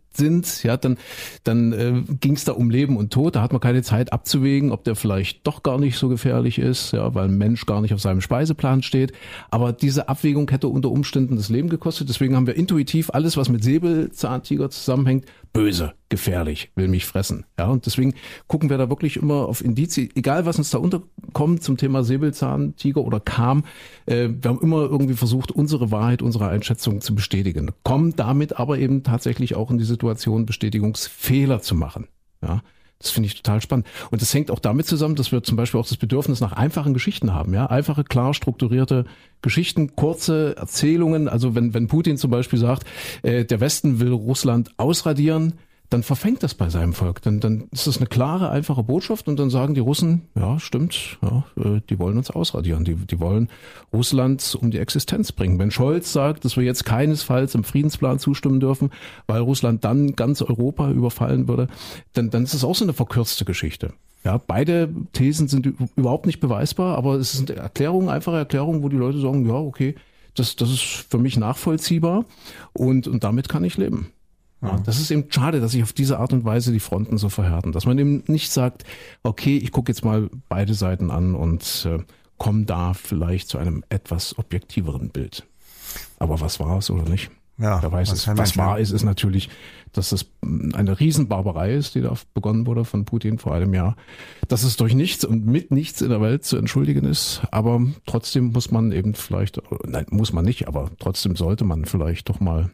Speaker 2: sind, ja, dann dann äh, ging es da um Leben und Tod. Da hat man keine Zeit abzuwägen, ob der vielleicht doch gar nicht so gefährlich ist, ja, weil ein Mensch gar nicht auf seinem Speiseplan steht. Aber diese Abwägung hätte unter Umständen das Leben gekostet. Deswegen haben wir intuitiv alles, was mit Säbelzahntiger zusammenhängt, böse, gefährlich, will mich fressen. Ja, und deswegen gucken wir da wirklich immer auf Indizien, egal was uns da unterkommt zum Thema Säbelzahntiger oder Kam. Äh, wir haben immer irgendwie versucht, unsere Wahrheit, unsere Einschätzung zu bestätigen. Kommen damit aber eben tatsächlich auch in die Situation, Bestätigungsfehler zu machen. Ja, das finde ich total spannend. Und das hängt auch damit zusammen, dass wir zum Beispiel auch das Bedürfnis nach einfachen Geschichten haben. Ja, einfache, klar strukturierte Geschichten, kurze Erzählungen. Also wenn wenn Putin zum Beispiel sagt, äh, der Westen will Russland ausradieren, dann verfängt das bei seinem Volk. Dann, dann ist das eine klare, einfache Botschaft und dann sagen die Russen, ja, stimmt, ja, die wollen uns ausradieren. Die, die wollen Russland um die Existenz bringen. Wenn Scholz sagt, dass wir jetzt keinesfalls im Friedensplan zustimmen dürfen, weil Russland dann ganz Europa überfallen würde, dann, dann ist es auch so eine verkürzte Geschichte. Ja, beide Thesen sind überhaupt nicht beweisbar, aber es sind Erklärungen, einfache Erklärungen, wo die Leute sagen, ja, okay, das, das ist für mich nachvollziehbar und, und damit kann ich leben. Ja, das ist eben schade, dass sich auf diese Art und Weise die Fronten so verhärten, dass man eben nicht sagt, okay, ich gucke jetzt mal beide Seiten an und äh, komme da vielleicht zu einem etwas objektiveren Bild. Aber was war es oder nicht?
Speaker 3: Ja,
Speaker 2: Wer weiß es. Was wahr ist, ist natürlich, dass es eine Riesenbarbarei ist, die da begonnen wurde von Putin vor einem Jahr. Dass es durch nichts und mit nichts in der Welt zu entschuldigen ist. Aber trotzdem muss man eben vielleicht, nein, muss man nicht, aber trotzdem sollte man vielleicht doch mal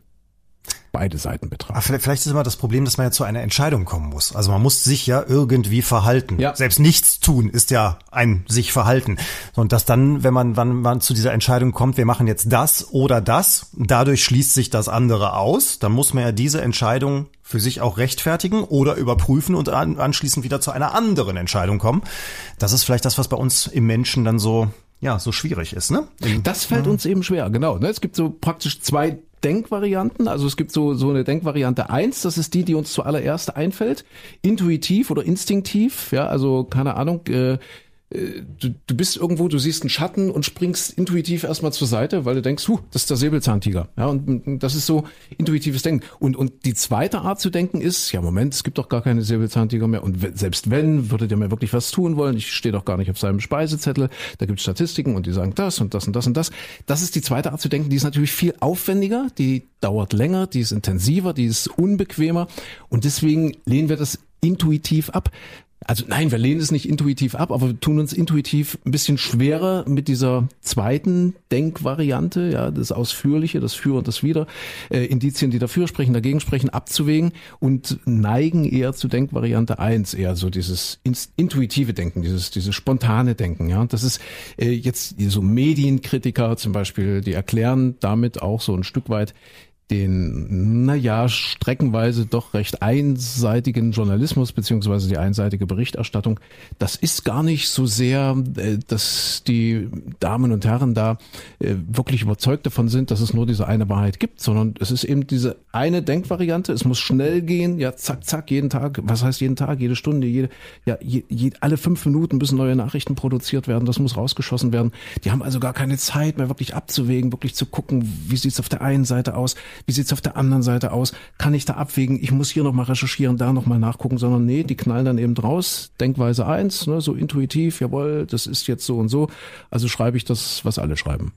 Speaker 2: beide Seiten betrachten.
Speaker 3: Aber vielleicht ist immer das Problem, dass man ja zu einer Entscheidung kommen muss. Also man muss sich ja irgendwie verhalten.
Speaker 2: Ja.
Speaker 3: Selbst nichts tun ist ja ein sich verhalten. Und dass dann, wenn man, wenn man zu dieser Entscheidung kommt, wir machen jetzt das oder das, dadurch schließt sich das andere aus, dann muss man ja diese Entscheidung für sich auch rechtfertigen oder überprüfen und an, anschließend wieder zu einer anderen Entscheidung kommen. Das ist vielleicht das, was bei uns im Menschen dann so, ja, so schwierig ist, ne? Im,
Speaker 2: das fällt ja. uns eben schwer, genau. Es gibt so praktisch zwei Denkvarianten, also es gibt so so eine Denkvariante eins, das ist die, die uns zuallererst einfällt, intuitiv oder instinktiv, ja, also keine Ahnung, äh, Du, du bist irgendwo, du siehst einen Schatten und springst intuitiv erstmal zur Seite, weil du denkst, huh, das ist der Säbelzahntiger. Ja, und das ist so intuitives Denken. Und und die zweite Art zu denken ist, ja Moment, es gibt doch gar keine Säbelzahntiger mehr. Und selbst wenn, würde der mir wirklich was tun wollen. Ich stehe doch gar nicht auf seinem Speisezettel. Da gibt es Statistiken und die sagen das und das und das und das. Das ist die zweite Art zu denken. Die ist natürlich viel aufwendiger, die dauert länger, die ist intensiver, die ist unbequemer. Und deswegen lehnen wir das intuitiv ab. Also nein, wir lehnen es nicht intuitiv ab, aber wir tun uns intuitiv ein bisschen schwerer mit dieser zweiten Denkvariante, ja, das Ausführliche, das Für und das Wider, äh, Indizien, die dafür sprechen, dagegen sprechen, abzuwägen und neigen eher zu Denkvariante eins, eher so dieses intuitive Denken, dieses dieses spontane Denken, ja. Das ist äh, jetzt so Medienkritiker zum Beispiel, die erklären damit auch so ein Stück weit den, naja, streckenweise doch recht einseitigen Journalismus beziehungsweise die einseitige Berichterstattung. Das ist gar nicht so sehr, dass die Damen und Herren da wirklich überzeugt davon sind, dass es nur diese eine Wahrheit gibt, sondern es ist eben diese eine Denkvariante. Es muss schnell gehen, ja, zack, zack, jeden Tag. Was heißt jeden Tag, jede Stunde, jede, ja, je, je, alle fünf Minuten müssen neue Nachrichten produziert werden. Das muss rausgeschossen werden. Die haben also gar keine Zeit mehr, wirklich abzuwägen, wirklich zu gucken, wie sieht's auf der einen Seite aus. Wie sieht's auf der anderen Seite aus? Kann ich da abwägen? Ich muss hier nochmal recherchieren, da nochmal nachgucken, sondern nee, die knallen dann eben draus. Denkweise eins, ne, so intuitiv, jawohl, das ist jetzt so und so. Also schreibe ich das, was alle schreiben.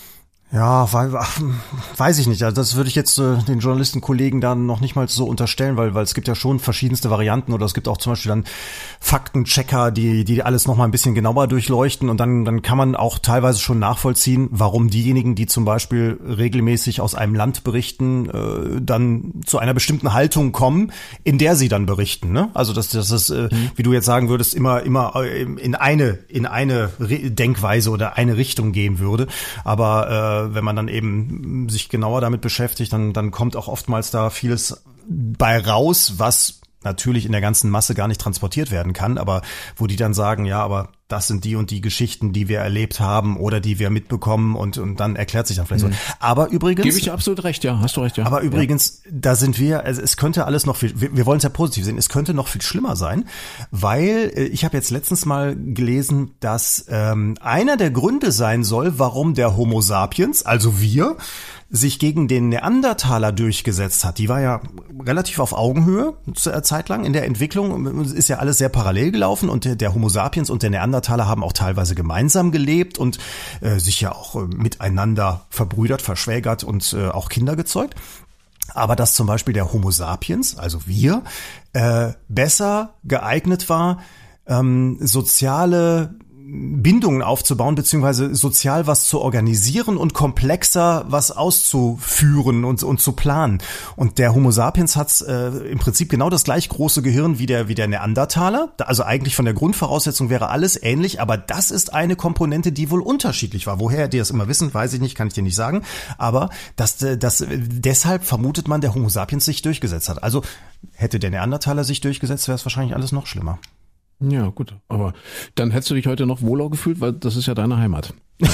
Speaker 3: Ja, weiß ich nicht. Also das würde ich jetzt äh, den Journalistenkollegen dann noch nicht mal so unterstellen, weil weil es gibt ja schon verschiedenste Varianten oder es gibt auch zum Beispiel dann Faktenchecker, die die alles noch mal ein bisschen genauer durchleuchten und dann dann kann man auch teilweise schon nachvollziehen, warum diejenigen, die zum Beispiel regelmäßig aus einem Land berichten, äh, dann zu einer bestimmten Haltung kommen, in der sie dann berichten. Ne? Also dass das ist, äh, mhm. wie du jetzt sagen würdest, immer immer in eine in eine Denkweise oder eine Richtung gehen würde. Aber äh, wenn man dann eben sich genauer damit beschäftigt, dann, dann kommt auch oftmals da vieles bei raus, was natürlich in der ganzen Masse gar nicht transportiert werden kann, aber wo die dann sagen, ja, aber das sind die und die Geschichten, die wir erlebt haben oder die wir mitbekommen und, und dann erklärt sich dann vielleicht mhm. so. Aber übrigens...
Speaker 2: Gebe ich dir absolut recht, ja, hast du recht, ja.
Speaker 3: Aber übrigens, ja. da sind wir, also es könnte alles noch viel, wir, wir wollen es ja positiv sehen, es könnte noch viel schlimmer sein, weil äh, ich habe jetzt letztens mal gelesen, dass ähm, einer der Gründe sein soll, warum der Homo sapiens, also wir, sich gegen den Neandertaler durchgesetzt hat. Die war ja relativ auf Augenhöhe zur Zeit lang in der Entwicklung. Ist ja alles sehr parallel gelaufen und der, der Homo sapiens und der Neandertaler haben auch teilweise gemeinsam gelebt und äh, sich ja auch äh, miteinander verbrüdert, verschwägert und äh, auch Kinder gezeugt. Aber dass zum Beispiel der Homo sapiens, also wir, äh, besser geeignet war, ähm, soziale Bindungen aufzubauen, beziehungsweise sozial was zu organisieren und komplexer was auszuführen und, und zu planen. Und der Homo sapiens hat äh, im Prinzip genau das gleich große Gehirn wie der, wie der Neandertaler. Also eigentlich von der Grundvoraussetzung wäre alles ähnlich, aber das ist eine Komponente, die wohl unterschiedlich war. Woher die das immer wissen, weiß ich nicht, kann ich dir nicht sagen. Aber das, das, deshalb vermutet man, der Homo sapiens sich durchgesetzt hat. Also hätte der Neandertaler sich durchgesetzt, wäre es wahrscheinlich alles noch schlimmer.
Speaker 2: Ja, gut. Aber dann hättest du dich heute noch wohler gefühlt, weil das ist ja deine Heimat.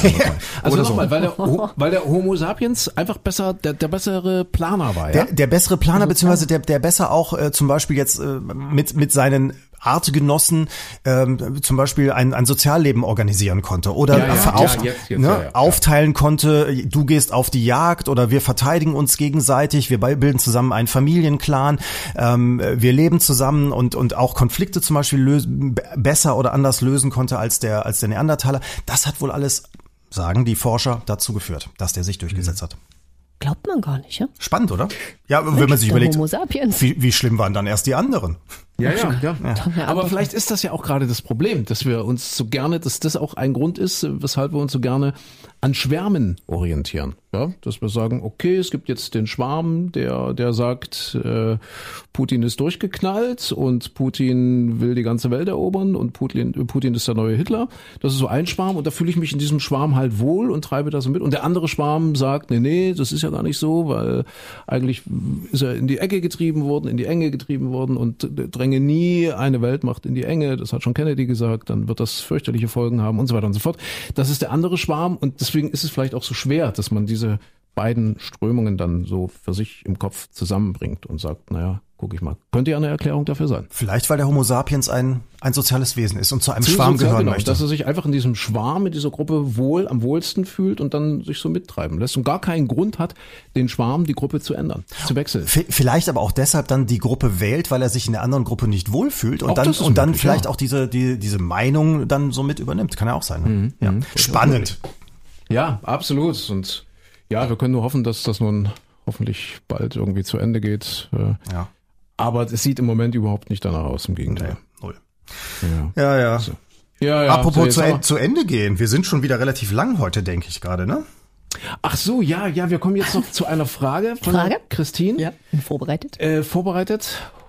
Speaker 2: Also nochmal, so. weil, der, weil der Homo sapiens einfach besser, der, der bessere Planer war, ja?
Speaker 3: Der, der bessere Planer, beziehungsweise der, der besser auch äh, zum Beispiel jetzt äh, mit, mit seinen Artgenossen ähm, zum Beispiel ein, ein Sozialleben organisieren konnte oder
Speaker 2: ja, ja,
Speaker 3: auf,
Speaker 2: ja, jetzt, jetzt,
Speaker 3: ne,
Speaker 2: ja, ja.
Speaker 3: aufteilen konnte, du gehst auf die Jagd oder wir verteidigen uns gegenseitig, wir bilden zusammen einen Familienclan, ähm, wir leben zusammen und und auch Konflikte zum Beispiel lösen, besser oder anders lösen konnte als der als der Neandertaler. Das hat wohl alles, sagen die Forscher, dazu geführt, dass der sich durchgesetzt hat.
Speaker 4: Glaubt man gar nicht, ja?
Speaker 3: Spannend, oder? Ja, Mensch, wenn man sich überlegt,
Speaker 4: Homo sapiens.
Speaker 3: Wie, wie schlimm waren dann erst die anderen?
Speaker 2: Ja, ja, ja, ja. Aber vielleicht ist das ja auch gerade das Problem, dass wir uns so gerne, dass das auch ein Grund ist, weshalb wir uns so gerne an Schwärmen orientieren. Ja, dass wir sagen, okay, es gibt jetzt den Schwarm, der der sagt, äh, Putin ist durchgeknallt und Putin will die ganze Welt erobern und Putin, Putin ist der neue Hitler. Das ist so ein Schwarm und da fühle ich mich in diesem Schwarm halt wohl und treibe das so mit. Und der andere Schwarm sagt, nee, nee, das ist ja gar nicht so, weil eigentlich ist er in die Ecke getrieben worden, in die Enge getrieben worden und dränge nie eine Weltmacht in die Enge. Das hat schon Kennedy gesagt, dann wird das fürchterliche Folgen haben und so weiter und so fort. Das ist der andere Schwarm und deswegen ist es vielleicht auch so schwer, dass man diese beiden Strömungen dann so für sich im Kopf zusammenbringt und sagt, naja, guck ich mal. Könnte ja eine Erklärung dafür sein.
Speaker 3: Vielleicht, weil der Homo sapiens ein, ein soziales Wesen ist und zu einem zu Schwarm sozial, gehören
Speaker 2: genau,
Speaker 3: möchte.
Speaker 2: Dass er sich einfach in diesem Schwarm, in dieser Gruppe wohl, am wohlsten fühlt und dann sich so mittreiben lässt und gar keinen Grund hat, den Schwarm, die Gruppe zu ändern, zu wechseln.
Speaker 3: V- vielleicht aber auch deshalb dann die Gruppe wählt, weil er sich in der anderen Gruppe nicht wohlfühlt und auch dann, und dann möglich, vielleicht ja. auch diese, die, diese Meinung dann so mit übernimmt. Kann ja auch sein. Ne? Mhm, ja. Spannend.
Speaker 2: Ja, absolut. Und ja, wir können nur hoffen, dass das nun hoffentlich bald irgendwie zu Ende geht.
Speaker 3: Ja.
Speaker 2: Aber es sieht im Moment überhaupt nicht danach aus, im Gegenteil.
Speaker 3: Nee, null.
Speaker 2: Ja,
Speaker 3: ja. ja.
Speaker 2: So. ja, ja
Speaker 3: Apropos
Speaker 2: so
Speaker 3: zu, en- zu Ende gehen. Wir sind schon wieder relativ lang heute, denke ich gerade, ne?
Speaker 2: Ach so, ja, ja, wir kommen jetzt noch zu einer Frage von
Speaker 4: Frage?
Speaker 2: Christine.
Speaker 4: Ja, vorbereitet.
Speaker 2: Äh, vorbereitet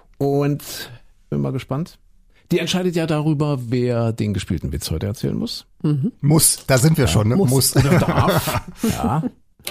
Speaker 2: und bin mal gespannt. Die entscheidet ja darüber, wer den gespielten Witz heute erzählen muss.
Speaker 3: Mhm. Muss, da sind wir ja, schon, ne?
Speaker 2: Muss.
Speaker 3: muss.
Speaker 2: Oder darf. Ja.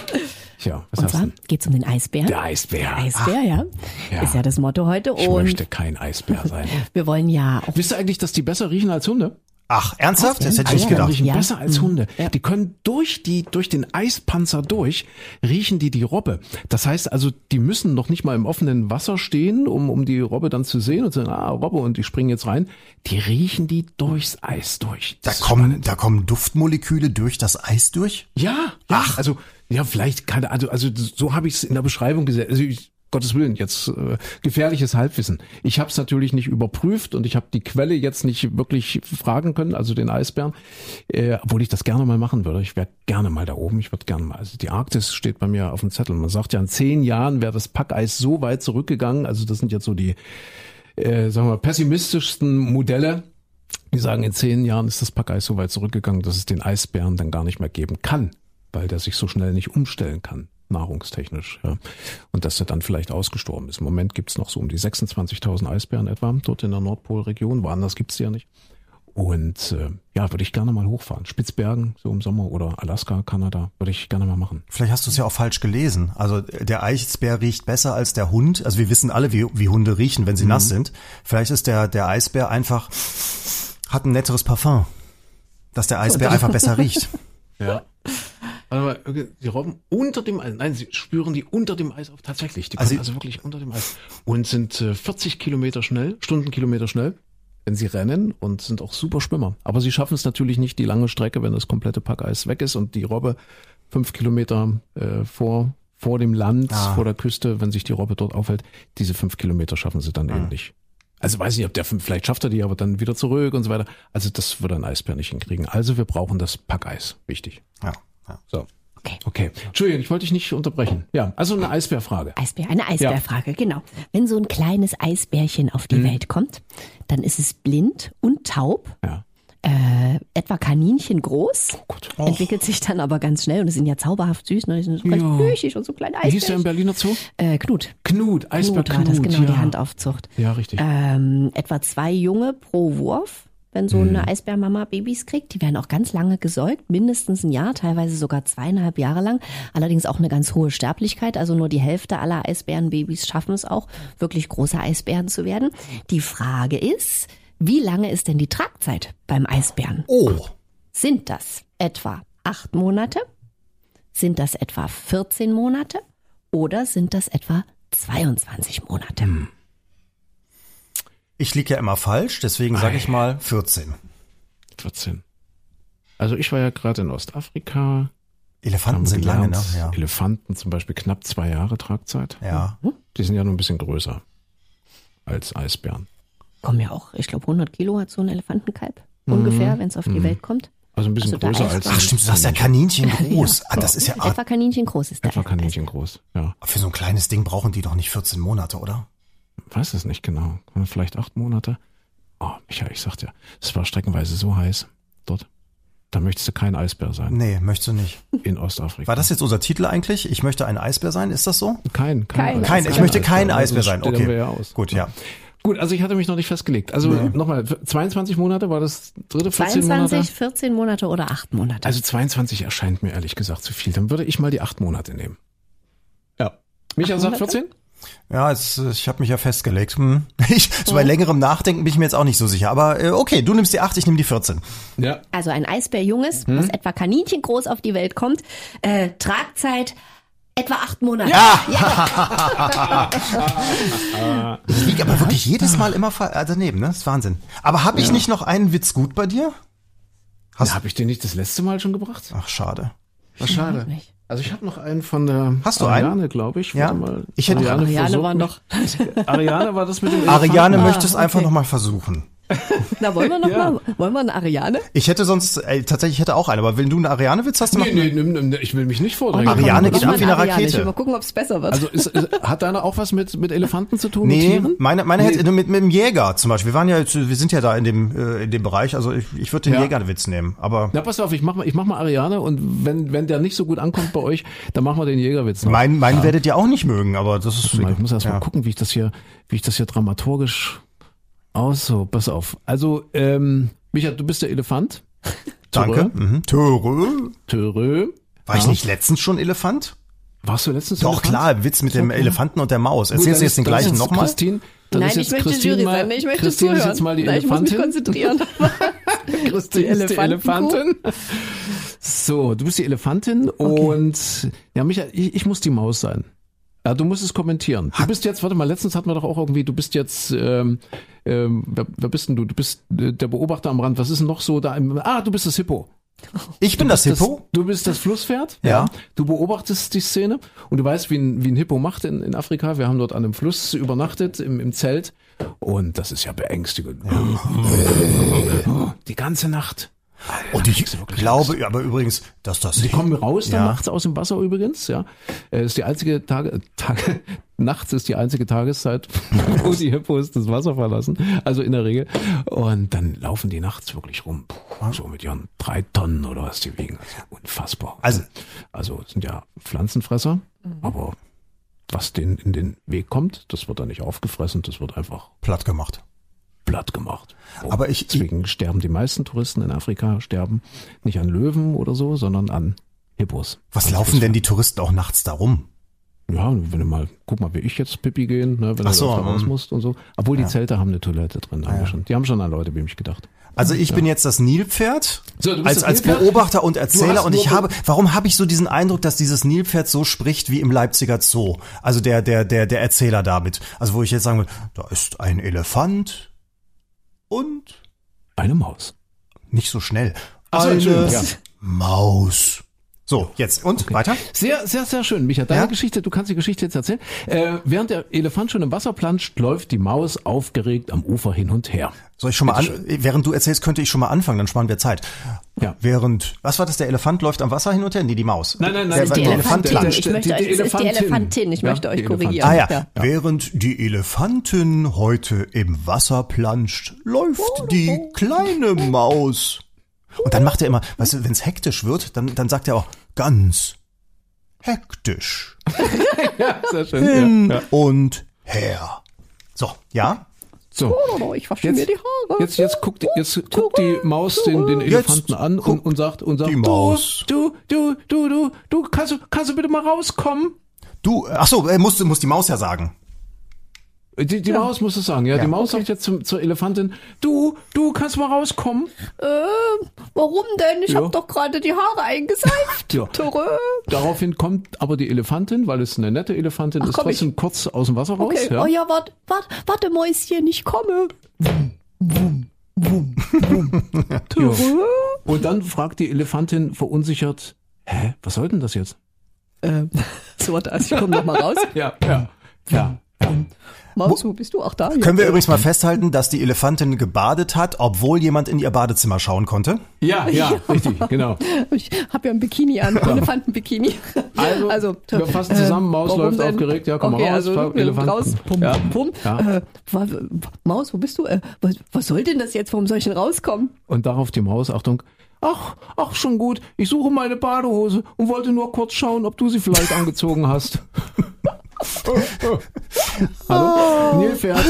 Speaker 2: Tja, was
Speaker 4: und
Speaker 2: hast
Speaker 4: zwar
Speaker 2: du?
Speaker 4: geht's um den Eisbär.
Speaker 2: Der Eisbär.
Speaker 4: Der Eisbär, ja.
Speaker 2: ja.
Speaker 4: Ist ja das Motto heute.
Speaker 2: Ich
Speaker 4: und
Speaker 2: möchte kein Eisbär sein.
Speaker 4: Wir wollen ja auch.
Speaker 2: Wisst ihr eigentlich, dass die besser riechen als Hunde?
Speaker 3: Ach, ernsthaft?
Speaker 4: Was,
Speaker 3: das hätte ich nicht
Speaker 2: Eisbären
Speaker 3: gedacht.
Speaker 2: riechen
Speaker 4: Ja.
Speaker 2: besser als Hunde.
Speaker 4: Ja.
Speaker 2: Die können durch die, durch den Eispanzer durch, riechen die die Robbe. Das heißt also, die müssen noch nicht mal im offenen Wasser stehen, um, um die Robbe dann zu sehen und sagen, ah, Robbe, und die springen jetzt rein. Die riechen die durchs Eis durch.
Speaker 3: Da
Speaker 2: Das ist
Speaker 3: kommen,
Speaker 2: spannend.
Speaker 3: da kommen Duftmoleküle durch das Eis durch?
Speaker 2: Ja, ja.
Speaker 3: Ach.
Speaker 2: Also, ja, vielleicht kann, also, also, so habe ich es in der Beschreibung gesehen. Also, ich, Gottes Willen, jetzt äh, gefährliches Halbwissen. Ich habe es natürlich nicht überprüft und ich habe die Quelle jetzt nicht wirklich fragen können, also den Eisbären, äh, obwohl ich das gerne mal machen würde. Ich wäre gerne mal da oben, ich würde gerne mal, also die Arktis steht bei mir auf dem Zettel. Man sagt ja, in zehn Jahren wäre das Packeis so weit zurückgegangen, also das sind jetzt so die, äh, sagen wir mal, pessimistischsten Modelle. Die sagen, in zehn Jahren ist das Packeis so weit zurückgegangen, dass es den Eisbären dann gar nicht mehr geben kann, weil der sich so schnell nicht umstellen kann. Nahrungstechnisch, ja. Und dass er dann vielleicht ausgestorben ist. Im Moment gibt's noch so um die sechsundzwanzigtausend Eisbären etwa, dort in der Nordpolregion. Woanders gibt's die ja nicht. Und äh, ja, würde ich gerne mal hochfahren. Spitzbergen, so im Sommer, oder Alaska, Kanada, würde ich gerne mal machen.
Speaker 3: Vielleicht hast du es ja auch falsch gelesen. Also der Eisbär riecht besser als der Hund. Also wir wissen alle, wie, wie Hunde riechen, wenn sie mhm. nass sind. Vielleicht ist der, der Eisbär einfach, hat ein netteres Parfum. dass der Eisbär einfach besser riecht.
Speaker 2: Ja. Aber die Robben unter dem Eis, nein, sie spüren die unter dem Eis auf tatsächlich. Die
Speaker 3: Also
Speaker 2: kommen also wirklich unter dem Eis und sind äh, vierzig Kilometer schnell, Stundenkilometer schnell, wenn sie rennen und sind auch super Schwimmer. Aber sie schaffen es natürlich nicht die lange Strecke, wenn das komplette Packeis weg ist und die Robbe fünf Kilometer äh, vor vor dem Land, ah. vor der Küste, wenn sich die Robbe dort aufhält, diese fünf Kilometer schaffen sie dann mhm. eben nicht. Also weiß nicht, ob der fünf, vielleicht schafft er die, aber dann wieder zurück und so weiter. Also das wird ein Eisbär nicht hinkriegen. Also wir brauchen das Packeis. Wichtig.
Speaker 3: Ja. Ja.
Speaker 2: So.
Speaker 1: Okay.
Speaker 2: Okay. Entschuldigung, ich wollte dich nicht unterbrechen. Ja, also eine Eisbärfrage.
Speaker 1: Eisbär, eine Eisbärfrage, ja. Genau. Wenn so ein kleines Eisbärchen auf die hm. Welt kommt, dann ist es blind und taub.
Speaker 2: Ja.
Speaker 1: Äh, etwa Kaninchen groß.
Speaker 2: Oh Gott.
Speaker 1: Entwickelt sich dann aber ganz schnell und die sind ja zauberhaft süß. Ne? Die sind so ganz
Speaker 2: Ja.
Speaker 1: plüschig und so kleine Eisbärchen.
Speaker 2: Wie hieß der im Berliner Zoo?
Speaker 1: Äh, Knut.
Speaker 2: Knut, Eisbär
Speaker 1: Knut war
Speaker 2: Knut.
Speaker 1: das, genau,
Speaker 2: ja.
Speaker 1: die Handaufzucht.
Speaker 2: Ja, richtig.
Speaker 1: Ähm, etwa zwei Junge pro Wurf, wenn so eine Eisbärmama Babys kriegt. Die werden auch ganz lange gesäugt, mindestens ein Jahr, teilweise sogar zweieinhalb Jahre lang. Allerdings auch eine ganz hohe Sterblichkeit. Also nur die Hälfte aller Eisbärenbabys schaffen es auch, wirklich große Eisbären zu werden. Die Frage ist, wie lange ist denn die Tragzeit beim Eisbären?
Speaker 3: Oh.
Speaker 1: Sind das etwa acht Monate? Sind das etwa vierzehn Monate? Oder sind das etwa zweiundzwanzig Monate?
Speaker 2: Hm.
Speaker 3: Ich liege ja immer falsch, deswegen sage ich mal vierzehn.
Speaker 2: vierzehn. Also ich war ja gerade in Ostafrika.
Speaker 3: Elefanten sind lange, ne? Ja.
Speaker 2: Elefanten zum Beispiel knapp zwei Jahre Tragzeit.
Speaker 3: Ja.
Speaker 2: Die sind ja nur ein bisschen größer als Eisbären.
Speaker 1: Kommen ja auch, ich glaube hundert Kilo hat so ein Elefantenkalb ungefähr, wenn es auf die
Speaker 2: Mhm.
Speaker 1: Welt kommt.
Speaker 2: Also ein bisschen
Speaker 1: Also da
Speaker 2: größer
Speaker 1: ist
Speaker 2: als...
Speaker 1: was.
Speaker 3: Ach stimmt, du sagst ja Kaninchen groß. Ah, das ist ja...
Speaker 1: Etwa Kaninchen groß ist der.
Speaker 2: Etwa Kaninchen groß, ja.
Speaker 3: Für so ein kleines Ding brauchen die doch nicht vierzehn Monate, oder?
Speaker 2: Weiß es nicht genau. Vielleicht acht Monate. Oh, Michael, ich sag dir, es war streckenweise so heiß dort. Da möchtest du kein Eisbär sein.
Speaker 3: Nee, möchtest du nicht.
Speaker 2: In Ostafrika.
Speaker 3: War das jetzt unser Titel eigentlich? Ich möchte ein Eisbär sein, ist das so?
Speaker 2: Kein, kein,
Speaker 1: Kein.
Speaker 3: Kein, ich möchte kein Eisbär sein,
Speaker 2: Okay.
Speaker 3: okay.
Speaker 2: Ja aus.
Speaker 3: Gut, ja.
Speaker 2: Gut, also ich hatte mich noch nicht festgelegt. Also
Speaker 3: Nee.
Speaker 2: nochmal, zweiundzwanzig Monate war das dritte, vierzehn
Speaker 1: zweiundzwanzig,
Speaker 2: Monate?
Speaker 1: vierzehn Monate oder acht Monate.
Speaker 2: Also zweiundzwanzig erscheint mir ehrlich gesagt zu viel. Dann würde ich mal die acht Monate nehmen. Ja. Michael sagt
Speaker 1: Monate?
Speaker 2: vierzehn?
Speaker 3: Ja, jetzt, äh, ich habe mich ja festgelegt. Hm. Ich, so bei längerem Nachdenken bin ich mir jetzt auch nicht so sicher. Aber äh, okay, du nimmst die acht, ich nehme die vierzehn.
Speaker 2: Ja.
Speaker 1: Also ein Eisbärjunges,
Speaker 2: Hm?
Speaker 1: das etwa Kaninchen groß auf die Welt kommt, äh, Tragzeit etwa acht Monate.
Speaker 3: Ich liege aber wirklich jedes Mal immer fa- äh, daneben, ne? Das ist Wahnsinn. Aber habe ich
Speaker 2: Ja.
Speaker 3: nicht noch einen Witz gut bei dir? Hast
Speaker 2: Habe ich den nicht das letzte Mal schon gebracht?
Speaker 3: Ach, schade.
Speaker 2: Was schade.
Speaker 1: nicht.
Speaker 2: Also ich habe noch einen von der
Speaker 3: Hast du einen?
Speaker 2: Ariane, glaube ich.
Speaker 3: Ja.
Speaker 2: Warte mal.
Speaker 3: Ich hätte-
Speaker 2: Ariane,
Speaker 1: Ariane
Speaker 2: versucht
Speaker 1: waren
Speaker 2: mich-
Speaker 1: doch.
Speaker 2: Ariane war das mit dem
Speaker 3: Ariane
Speaker 2: Elefanten?
Speaker 3: möchte es
Speaker 1: Ah,
Speaker 3: einfach
Speaker 1: okay.
Speaker 3: noch mal versuchen.
Speaker 1: Na, wollen wir noch
Speaker 2: Ja.
Speaker 1: mal, wollen wir eine Ariane?
Speaker 3: Ich hätte sonst, ey, tatsächlich, ich hätte auch einen, aber wenn du einen Ariane-Witz hast, dann
Speaker 2: Nee,
Speaker 3: mach-
Speaker 2: nee, nimm, nimm, ich will mich nicht vordrängen.
Speaker 3: Ariane
Speaker 1: Mach
Speaker 3: geht
Speaker 1: mal
Speaker 3: ab wie eine
Speaker 1: Ariane. Ich
Speaker 3: Rakete.
Speaker 1: will mal gucken, ob es besser wird.
Speaker 2: Also ist, ist, hat deiner auch was mit, mit Elefanten zu tun? mit
Speaker 3: Nee,
Speaker 2: Tieren?
Speaker 3: meine, meine hätte mit, mit dem Jäger zum Beispiel. Wir waren ja jetzt, wir sind ja da in dem, äh, in dem Bereich, also ich, ich würde den
Speaker 2: Ja.
Speaker 3: Jägerwitz nehmen, aber
Speaker 2: Na, pass auf, ich mach mal, ich mach mal Ariane und wenn, wenn der nicht so gut ankommt bei euch, dann machen wir den Jägerwitz noch.
Speaker 3: meinen, meinen werdet ihr auch nicht mögen, aber das ist,
Speaker 2: Ich muss erst mal
Speaker 3: ja.
Speaker 2: gucken, wie ich das hier, wie ich das hier dramaturgisch aus, so, pass auf. Also, ähm, Micha, du bist der Elefant.
Speaker 3: Danke. Mhm. Töre.
Speaker 2: Törö.
Speaker 3: War ich
Speaker 2: Ja.
Speaker 3: nicht letztens schon Elefant?
Speaker 2: Warst du letztens
Speaker 3: Doch,
Speaker 2: Elefant?
Speaker 3: klar, Witz mit dem
Speaker 2: Okay.
Speaker 3: Elefanten und der Maus.
Speaker 2: Gut,
Speaker 3: Erzählst
Speaker 2: dann
Speaker 3: du jetzt den
Speaker 2: ist- dann ist
Speaker 3: gleichen
Speaker 2: jetzt
Speaker 3: nochmal?
Speaker 2: Christine, dann
Speaker 1: Nein,
Speaker 2: ist jetzt
Speaker 1: ich möchte
Speaker 2: Christine
Speaker 1: Jury
Speaker 2: mal,
Speaker 1: sein. Ich möchte
Speaker 2: Christine
Speaker 1: zuhören.
Speaker 2: ist jetzt mal die
Speaker 1: Nein, ich muss mich
Speaker 2: Elefantin.
Speaker 1: konzentrieren.
Speaker 2: Christine ist die
Speaker 1: Elefantenkuh.
Speaker 2: Elefantin. So, du bist die Elefantin und ja, Micha, ich, ich muss die Maus sein. Ja, du musst es kommentieren. Du bist jetzt, warte mal, letztens hatten wir doch auch irgendwie, du bist jetzt, ähm, ähm, wer, wer bist denn du? Du bist äh, der Beobachter am Rand. Was ist denn noch so da? Im, ah, du bist das Hippo.
Speaker 3: Ich bin das Hippo?
Speaker 2: du bist das Flusspferd.
Speaker 3: Ja.
Speaker 2: Du beobachtest die Szene und du weißt, wie ein, wie ein Hippo macht in, in Afrika. Wir haben dort an einem Fluss übernachtet im, im Zelt und das ist ja beängstigend. Die ganze Nacht.
Speaker 3: Und ich glaube, aber übrigens, dass das...
Speaker 2: Die kommen raus dann
Speaker 3: Ja.
Speaker 2: nachts aus dem Wasser übrigens, ja. Äh, ist die einzige Tage, Tage, nachts ist die einzige Tageszeit, wo die Hippos das Wasser verlassen. Also in der Regel. Und dann laufen die nachts wirklich rum. So mit ihren drei Tonnen oder was die wiegen. Also unfassbar.
Speaker 3: Also-
Speaker 2: also es sind ja Pflanzenfresser, aber was denen in den Weg kommt, das wird dann nicht aufgefressen, das wird einfach
Speaker 3: platt gemacht.
Speaker 2: platt gemacht. Oh,
Speaker 3: Aber ich-
Speaker 2: deswegen sterben die meisten Touristen in Afrika, sterben nicht an Löwen oder so, sondern an Hippos.
Speaker 3: Was
Speaker 2: An
Speaker 3: laufen denn die Touristen auch nachts da rum?
Speaker 2: Ja, wenn du mal, guck mal, wie ich jetzt Pipi gehen, ne, wenn
Speaker 3: Ach
Speaker 2: du
Speaker 3: so,
Speaker 2: da raus
Speaker 3: mm.
Speaker 2: musst und so. Obwohl die
Speaker 3: Ja.
Speaker 2: Zelte haben eine Toilette drin, haben
Speaker 3: Ja.
Speaker 2: wir schon. Die haben schon an Leute wie mich gedacht.
Speaker 3: Also ich bin jetzt das Nilpferd
Speaker 2: So, du bist
Speaker 3: als,
Speaker 2: das
Speaker 3: als
Speaker 2: Nilpferd?
Speaker 3: Beobachter und
Speaker 2: Du
Speaker 3: Erzähler
Speaker 2: hast
Speaker 3: und ich
Speaker 2: nur-
Speaker 3: habe, warum habe ich so diesen Eindruck, dass dieses Nilpferd so spricht wie im Leipziger Zoo? Also der, der, der, der Erzähler damit. Also wo ich jetzt sagen würde, da ist ein Elefant und
Speaker 2: Eine Maus.
Speaker 3: nicht so schnell.
Speaker 2: Ach so,
Speaker 3: Eine
Speaker 2: Entschuldigung, ja.
Speaker 3: Maus. So, jetzt und weiter?
Speaker 2: Sehr, sehr, sehr schön. Micha, deine
Speaker 3: Ja?
Speaker 2: Geschichte, du kannst die Geschichte jetzt erzählen. Äh, während der Elefant schon im Wasser planscht, läuft die Maus aufgeregt am Ufer hin und her.
Speaker 3: Soll ich schon mal an, während du erzählst, könnte ich schon mal anfangen, dann sparen wir Zeit.
Speaker 2: Ja.
Speaker 3: Während, was war das, der Elefant läuft am Wasser hin und her? Nee, die Maus.
Speaker 2: Nein, nein, nein,
Speaker 3: Der,
Speaker 2: das ist
Speaker 3: die
Speaker 4: Die
Speaker 2: Der
Speaker 3: Elefant
Speaker 4: Elefantin.
Speaker 3: planscht.
Speaker 4: Ich möchte
Speaker 2: Die
Speaker 4: euch, es ist die
Speaker 2: Elefantin.
Speaker 4: Elefantin. Ich
Speaker 2: Ja,
Speaker 4: möchte euch
Speaker 2: die
Speaker 4: korrigieren.
Speaker 3: Ah ja.
Speaker 2: Ja.
Speaker 3: Während die Elefantin heute im Wasser planscht, läuft die kleine Maus. Und dann macht er immer, weißt du, wenn es hektisch wird, dann, dann sagt er auch ganz hektisch
Speaker 2: Ja, sehr schön.
Speaker 3: hin
Speaker 2: Ja, ja.
Speaker 3: und her. So, ja?
Speaker 2: So.
Speaker 4: Oh, ich wasche mir
Speaker 2: Jetzt,
Speaker 4: die Haare.
Speaker 2: jetzt, jetzt guckt, jetzt guckt die Maus den, den Elefanten an und, und sagt, und sagt,
Speaker 3: die Maus.
Speaker 2: du, du, du, du, du, du, kannst du, kannst du bitte mal rauskommen?
Speaker 3: Du, ach so, äh, muss, muss die Maus ja sagen.
Speaker 2: Die, die Maus muss es sagen, ja.
Speaker 3: Ja,
Speaker 2: Die Maus sagt jetzt zum, zur Elefantin, du, du, kannst mal rauskommen?
Speaker 4: Äh, warum denn? Ich
Speaker 2: Ja.
Speaker 4: habe doch gerade die Haare eingeseift.
Speaker 2: Ja.
Speaker 4: Törö.
Speaker 2: Daraufhin kommt aber die Elefantin, weil es eine nette Elefantin
Speaker 4: Ach,
Speaker 2: ist,
Speaker 4: komm
Speaker 2: trotzdem kurz aus dem Wasser raus.
Speaker 4: Okay.
Speaker 2: Ja.
Speaker 4: Oh ja, warte, warte, warte, Mäuschen, ich komme.
Speaker 2: Ja. Und dann fragt die Elefantin verunsichert, hä, was soll denn das jetzt?
Speaker 4: Ähm, so, warte, also ich komme noch mal raus.
Speaker 2: Ja, ja, ja.
Speaker 4: Maus, wo bist du auch da?
Speaker 3: Können wir übrigens mal festhalten, dass die Elefantin gebadet hat, obwohl jemand in ihr Badezimmer schauen konnte?
Speaker 2: Ja, ja, richtig, genau.
Speaker 4: Ich habe ja ein Bikini an, Elefantenbikini.
Speaker 2: Also, wir fassen zusammen, Maus
Speaker 4: warum
Speaker 2: läuft
Speaker 4: denn?
Speaker 2: aufgeregt, ja, komm
Speaker 4: okay,
Speaker 2: mal raus,
Speaker 4: also,
Speaker 2: Elefanten.
Speaker 4: Elefanten. raus, pum,
Speaker 2: Ja.
Speaker 4: pum.
Speaker 2: Ja.
Speaker 4: Äh, wa- Maus, wo bist du? Äh, was, was soll denn das jetzt? Warum soll ich denn rauskommen?
Speaker 2: Und darauf die Maus, Achtung, ach, ach, schon gut, ich suche meine Badehose und wollte nur kurz schauen, ob du sie vielleicht angezogen hast. Hallo? Nilpferd.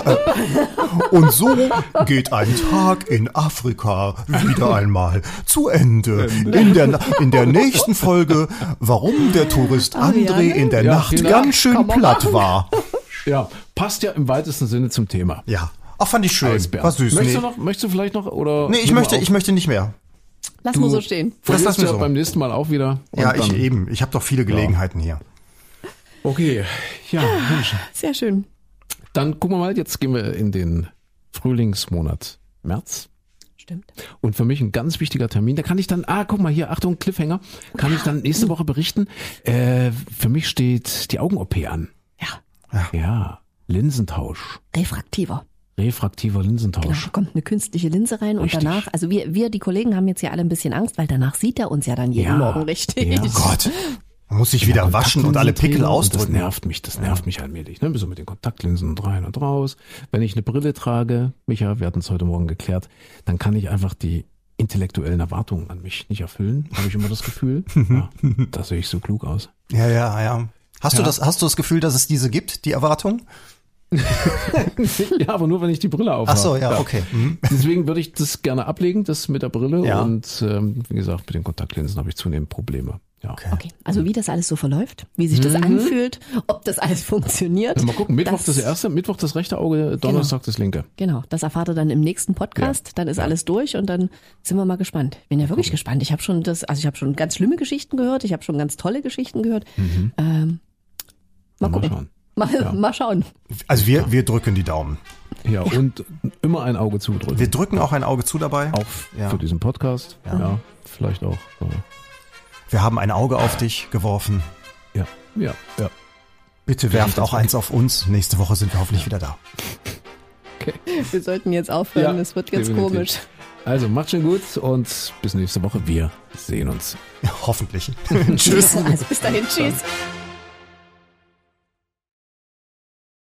Speaker 3: Und so geht ein Tag in Afrika wieder einmal zu Ende. In der, in der nächsten Folge, warum der Tourist André in der
Speaker 2: Ja,
Speaker 3: Nacht
Speaker 2: genau.
Speaker 3: ganz schön
Speaker 4: Kann man
Speaker 3: platt
Speaker 4: machen.
Speaker 3: war.
Speaker 2: Ja, passt ja im weitesten Sinne zum Thema.
Speaker 3: Ja, ach, fand ich schön.
Speaker 2: Eisbär.
Speaker 3: War süß.
Speaker 2: Möchtest
Speaker 3: Nee,
Speaker 2: du noch, möchtest du vielleicht noch, oder?
Speaker 3: nee ich
Speaker 2: nehmen wir
Speaker 3: möchte,
Speaker 2: auf?
Speaker 3: ich möchte nicht mehr.
Speaker 4: Lass
Speaker 2: Du-
Speaker 4: mal so stehen.
Speaker 3: Das
Speaker 2: Verlierst
Speaker 3: lassen wir
Speaker 2: ja
Speaker 3: so.
Speaker 2: beim nächsten Mal auch wieder. Und
Speaker 3: Ja, ich
Speaker 2: dann-
Speaker 3: eben. Ich habe doch viele Gelegenheiten hier.
Speaker 2: Okay, ja, Mensch.
Speaker 4: Sehr schön.
Speaker 2: Dann gucken wir mal, jetzt gehen wir in den Frühlingsmonat März.
Speaker 4: Stimmt.
Speaker 2: Und für mich ein ganz wichtiger Termin. Da kann ich dann, ah, guck mal hier, Achtung, Cliffhanger, kann ich dann nächste Woche berichten. Äh, für mich steht die Augen-O P an.
Speaker 4: Ja.
Speaker 2: Ja, Linsentausch.
Speaker 4: Refraktiver.
Speaker 2: Refraktiver
Speaker 4: Genau,
Speaker 2: Linsentausch.
Speaker 4: da kommt eine künstliche Linse rein
Speaker 2: Richtig.
Speaker 4: und danach, also wir, wir, die Kollegen haben jetzt ja alle ein bisschen Angst, weil danach sieht er uns ja dann jeden
Speaker 2: Ja.
Speaker 4: Morgen richtig.
Speaker 2: Ja.
Speaker 3: Oh Gott. Man muss sich wieder waschen und alle Pickel
Speaker 2: Kontaktlinsenträger,
Speaker 3: ausdrücken.
Speaker 2: Und das nervt mich, das nervt mich allmählich. Ne? So mit den Kontaktlinsen und rein und raus. Wenn ich eine Brille trage, Micha, wir hatten es heute Morgen geklärt, dann kann ich einfach die intellektuellen Erwartungen an mich nicht erfüllen, habe ich immer das Gefühl. Ja, da sehe ich so klug aus.
Speaker 3: Ja, ja, ja. Hast
Speaker 2: Ja.
Speaker 3: du das, hast du das Gefühl, dass es diese gibt, die Erwartung?
Speaker 2: Ja, aber nur, wenn ich die Brille aufhabe.
Speaker 3: Ach so, ja, okay. Mhm.
Speaker 2: Deswegen würde ich das gerne ablegen, das mit der Brille.
Speaker 3: Ja.
Speaker 2: Und ähm, wie gesagt, mit den Kontaktlinsen habe ich zunehmend Probleme. Ja.
Speaker 4: Okay, also wie das alles so verläuft, wie sich das anfühlt, ob das alles funktioniert.
Speaker 2: Mal gucken, Mittwoch das, erste, Mittwoch das rechte Auge, Donnerstag das linke.
Speaker 4: Genau, das erfahrt ihr dann im nächsten Podcast.
Speaker 2: Ja.
Speaker 4: Dann ist
Speaker 2: Ja.
Speaker 4: alles durch und dann sind wir mal gespannt. Ich bin ja wirklich gespannt. Ich habe schon das, also ich habe schon ganz schlimme Geschichten gehört. Ich habe schon ganz tolle Geschichten gehört. Ähm, mal
Speaker 2: Mal
Speaker 4: gucken.
Speaker 2: schauen.
Speaker 4: Mal,
Speaker 2: Ja.
Speaker 4: mal schauen.
Speaker 3: Also wir, wir drücken die Daumen.
Speaker 2: Ja, und immer ein Auge zudrücken.
Speaker 3: Wir drücken auch ein Auge zu dabei.
Speaker 2: Auch
Speaker 3: Ja.
Speaker 2: für diesen Podcast. Ja, vielleicht auch. äh,
Speaker 3: Wir haben ein Auge auf dich geworfen.
Speaker 2: Ja, ja, ja.
Speaker 3: Bitte werft auch eins auf uns. Nächste Woche sind wir hoffentlich wieder da.
Speaker 4: Wir sollten jetzt aufhören.
Speaker 2: Ja,
Speaker 4: Es wird jetzt
Speaker 2: definitiv.
Speaker 4: komisch.
Speaker 2: Also macht schon gut und bis nächste Woche. Wir sehen uns.
Speaker 3: Ja, hoffentlich. Tschüss.
Speaker 4: Also bis dahin, tschüss.